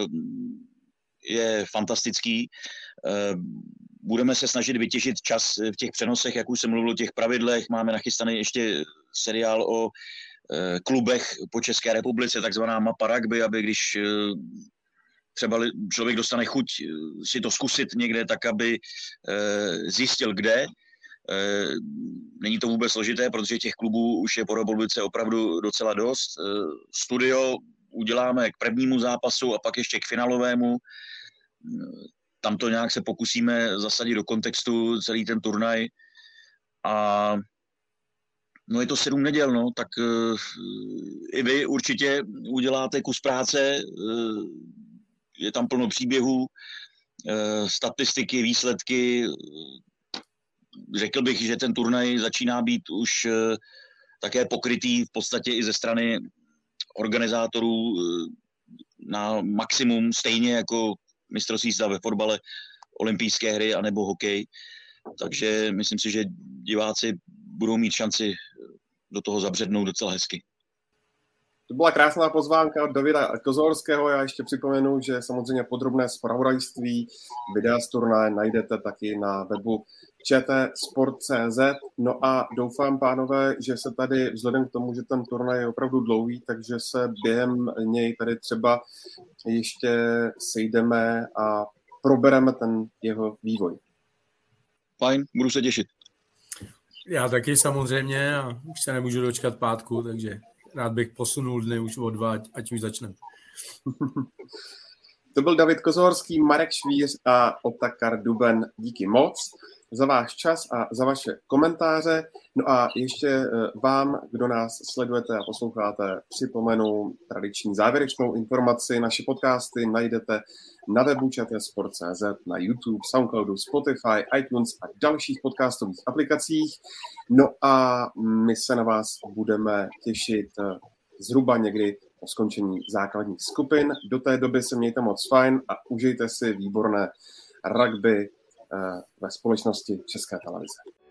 Speaker 2: je fantastický. Budeme se snažit vytěžit čas v těch přenosech, jak už jsem mluvil o těch pravidlech. Máme nachystaný ještě seriál o klubech po České republice, takzvaná mapa rugby, aby když třeba člověk dostane chuť si to zkusit někde, tak aby zjistil, kde. Není to vůbec složité, protože těch klubů už je po republice opravdu docela dost. Studio uděláme k prvnímu zápasu a pak ještě k finálovému. Tam to nějak se pokusíme zasadit do kontextu celý ten turnaj. A no je to sedm neděl, no, tak uh, i vy určitě uděláte kus práce, uh, je tam plno příběhů, uh, statistiky, výsledky. Řekl bych, že ten turnaj začíná být už uh, také pokrytý v podstatě i ze strany organizátorů uh, na maximum, stejně jako mistrovství světa ve fotbale, olympijské hry anebo hokej. Takže myslím si, že diváci budou mít šanci do toho zabřednout docela hezky.
Speaker 1: To byla krásná pozvánka od Davida Kozorského. Já ještě připomenu, že samozřejmě podrobné zpravodajství videa z turnaje najdete taky na webu čtsport tečka cé zet. No a doufám, pánové, že se tady vzhledem k tomu, že ten turnaj je opravdu dlouhý, takže se během něj tady třeba ještě sejdeme a probereme ten jeho vývoj.
Speaker 2: Fajn, budu se těšit.
Speaker 3: Já taky samozřejmě a už se nemůžu dočkat pátku, takže rád bych posunul dny už o dva, ať už začneme.
Speaker 1: To byl David Kozorský, Marek Švíř a Otakar Duben. Díky moc za váš čas a za vaše komentáře. No a ještě vám, kdo nás sledujete a posloucháte, připomenu tradiční závěrečnou informaci. Naše podcasty najdete na webu čtsport tečka cé zet, na YouTube, Soundcloudu, Spotify, iTunes a dalších podcastových aplikacích. No a my se na vás budeme těšit zhruba někdy po skončení základních skupin. Do té doby se mějte moc fajn a užijte si výborné rugby ve společnosti České televize.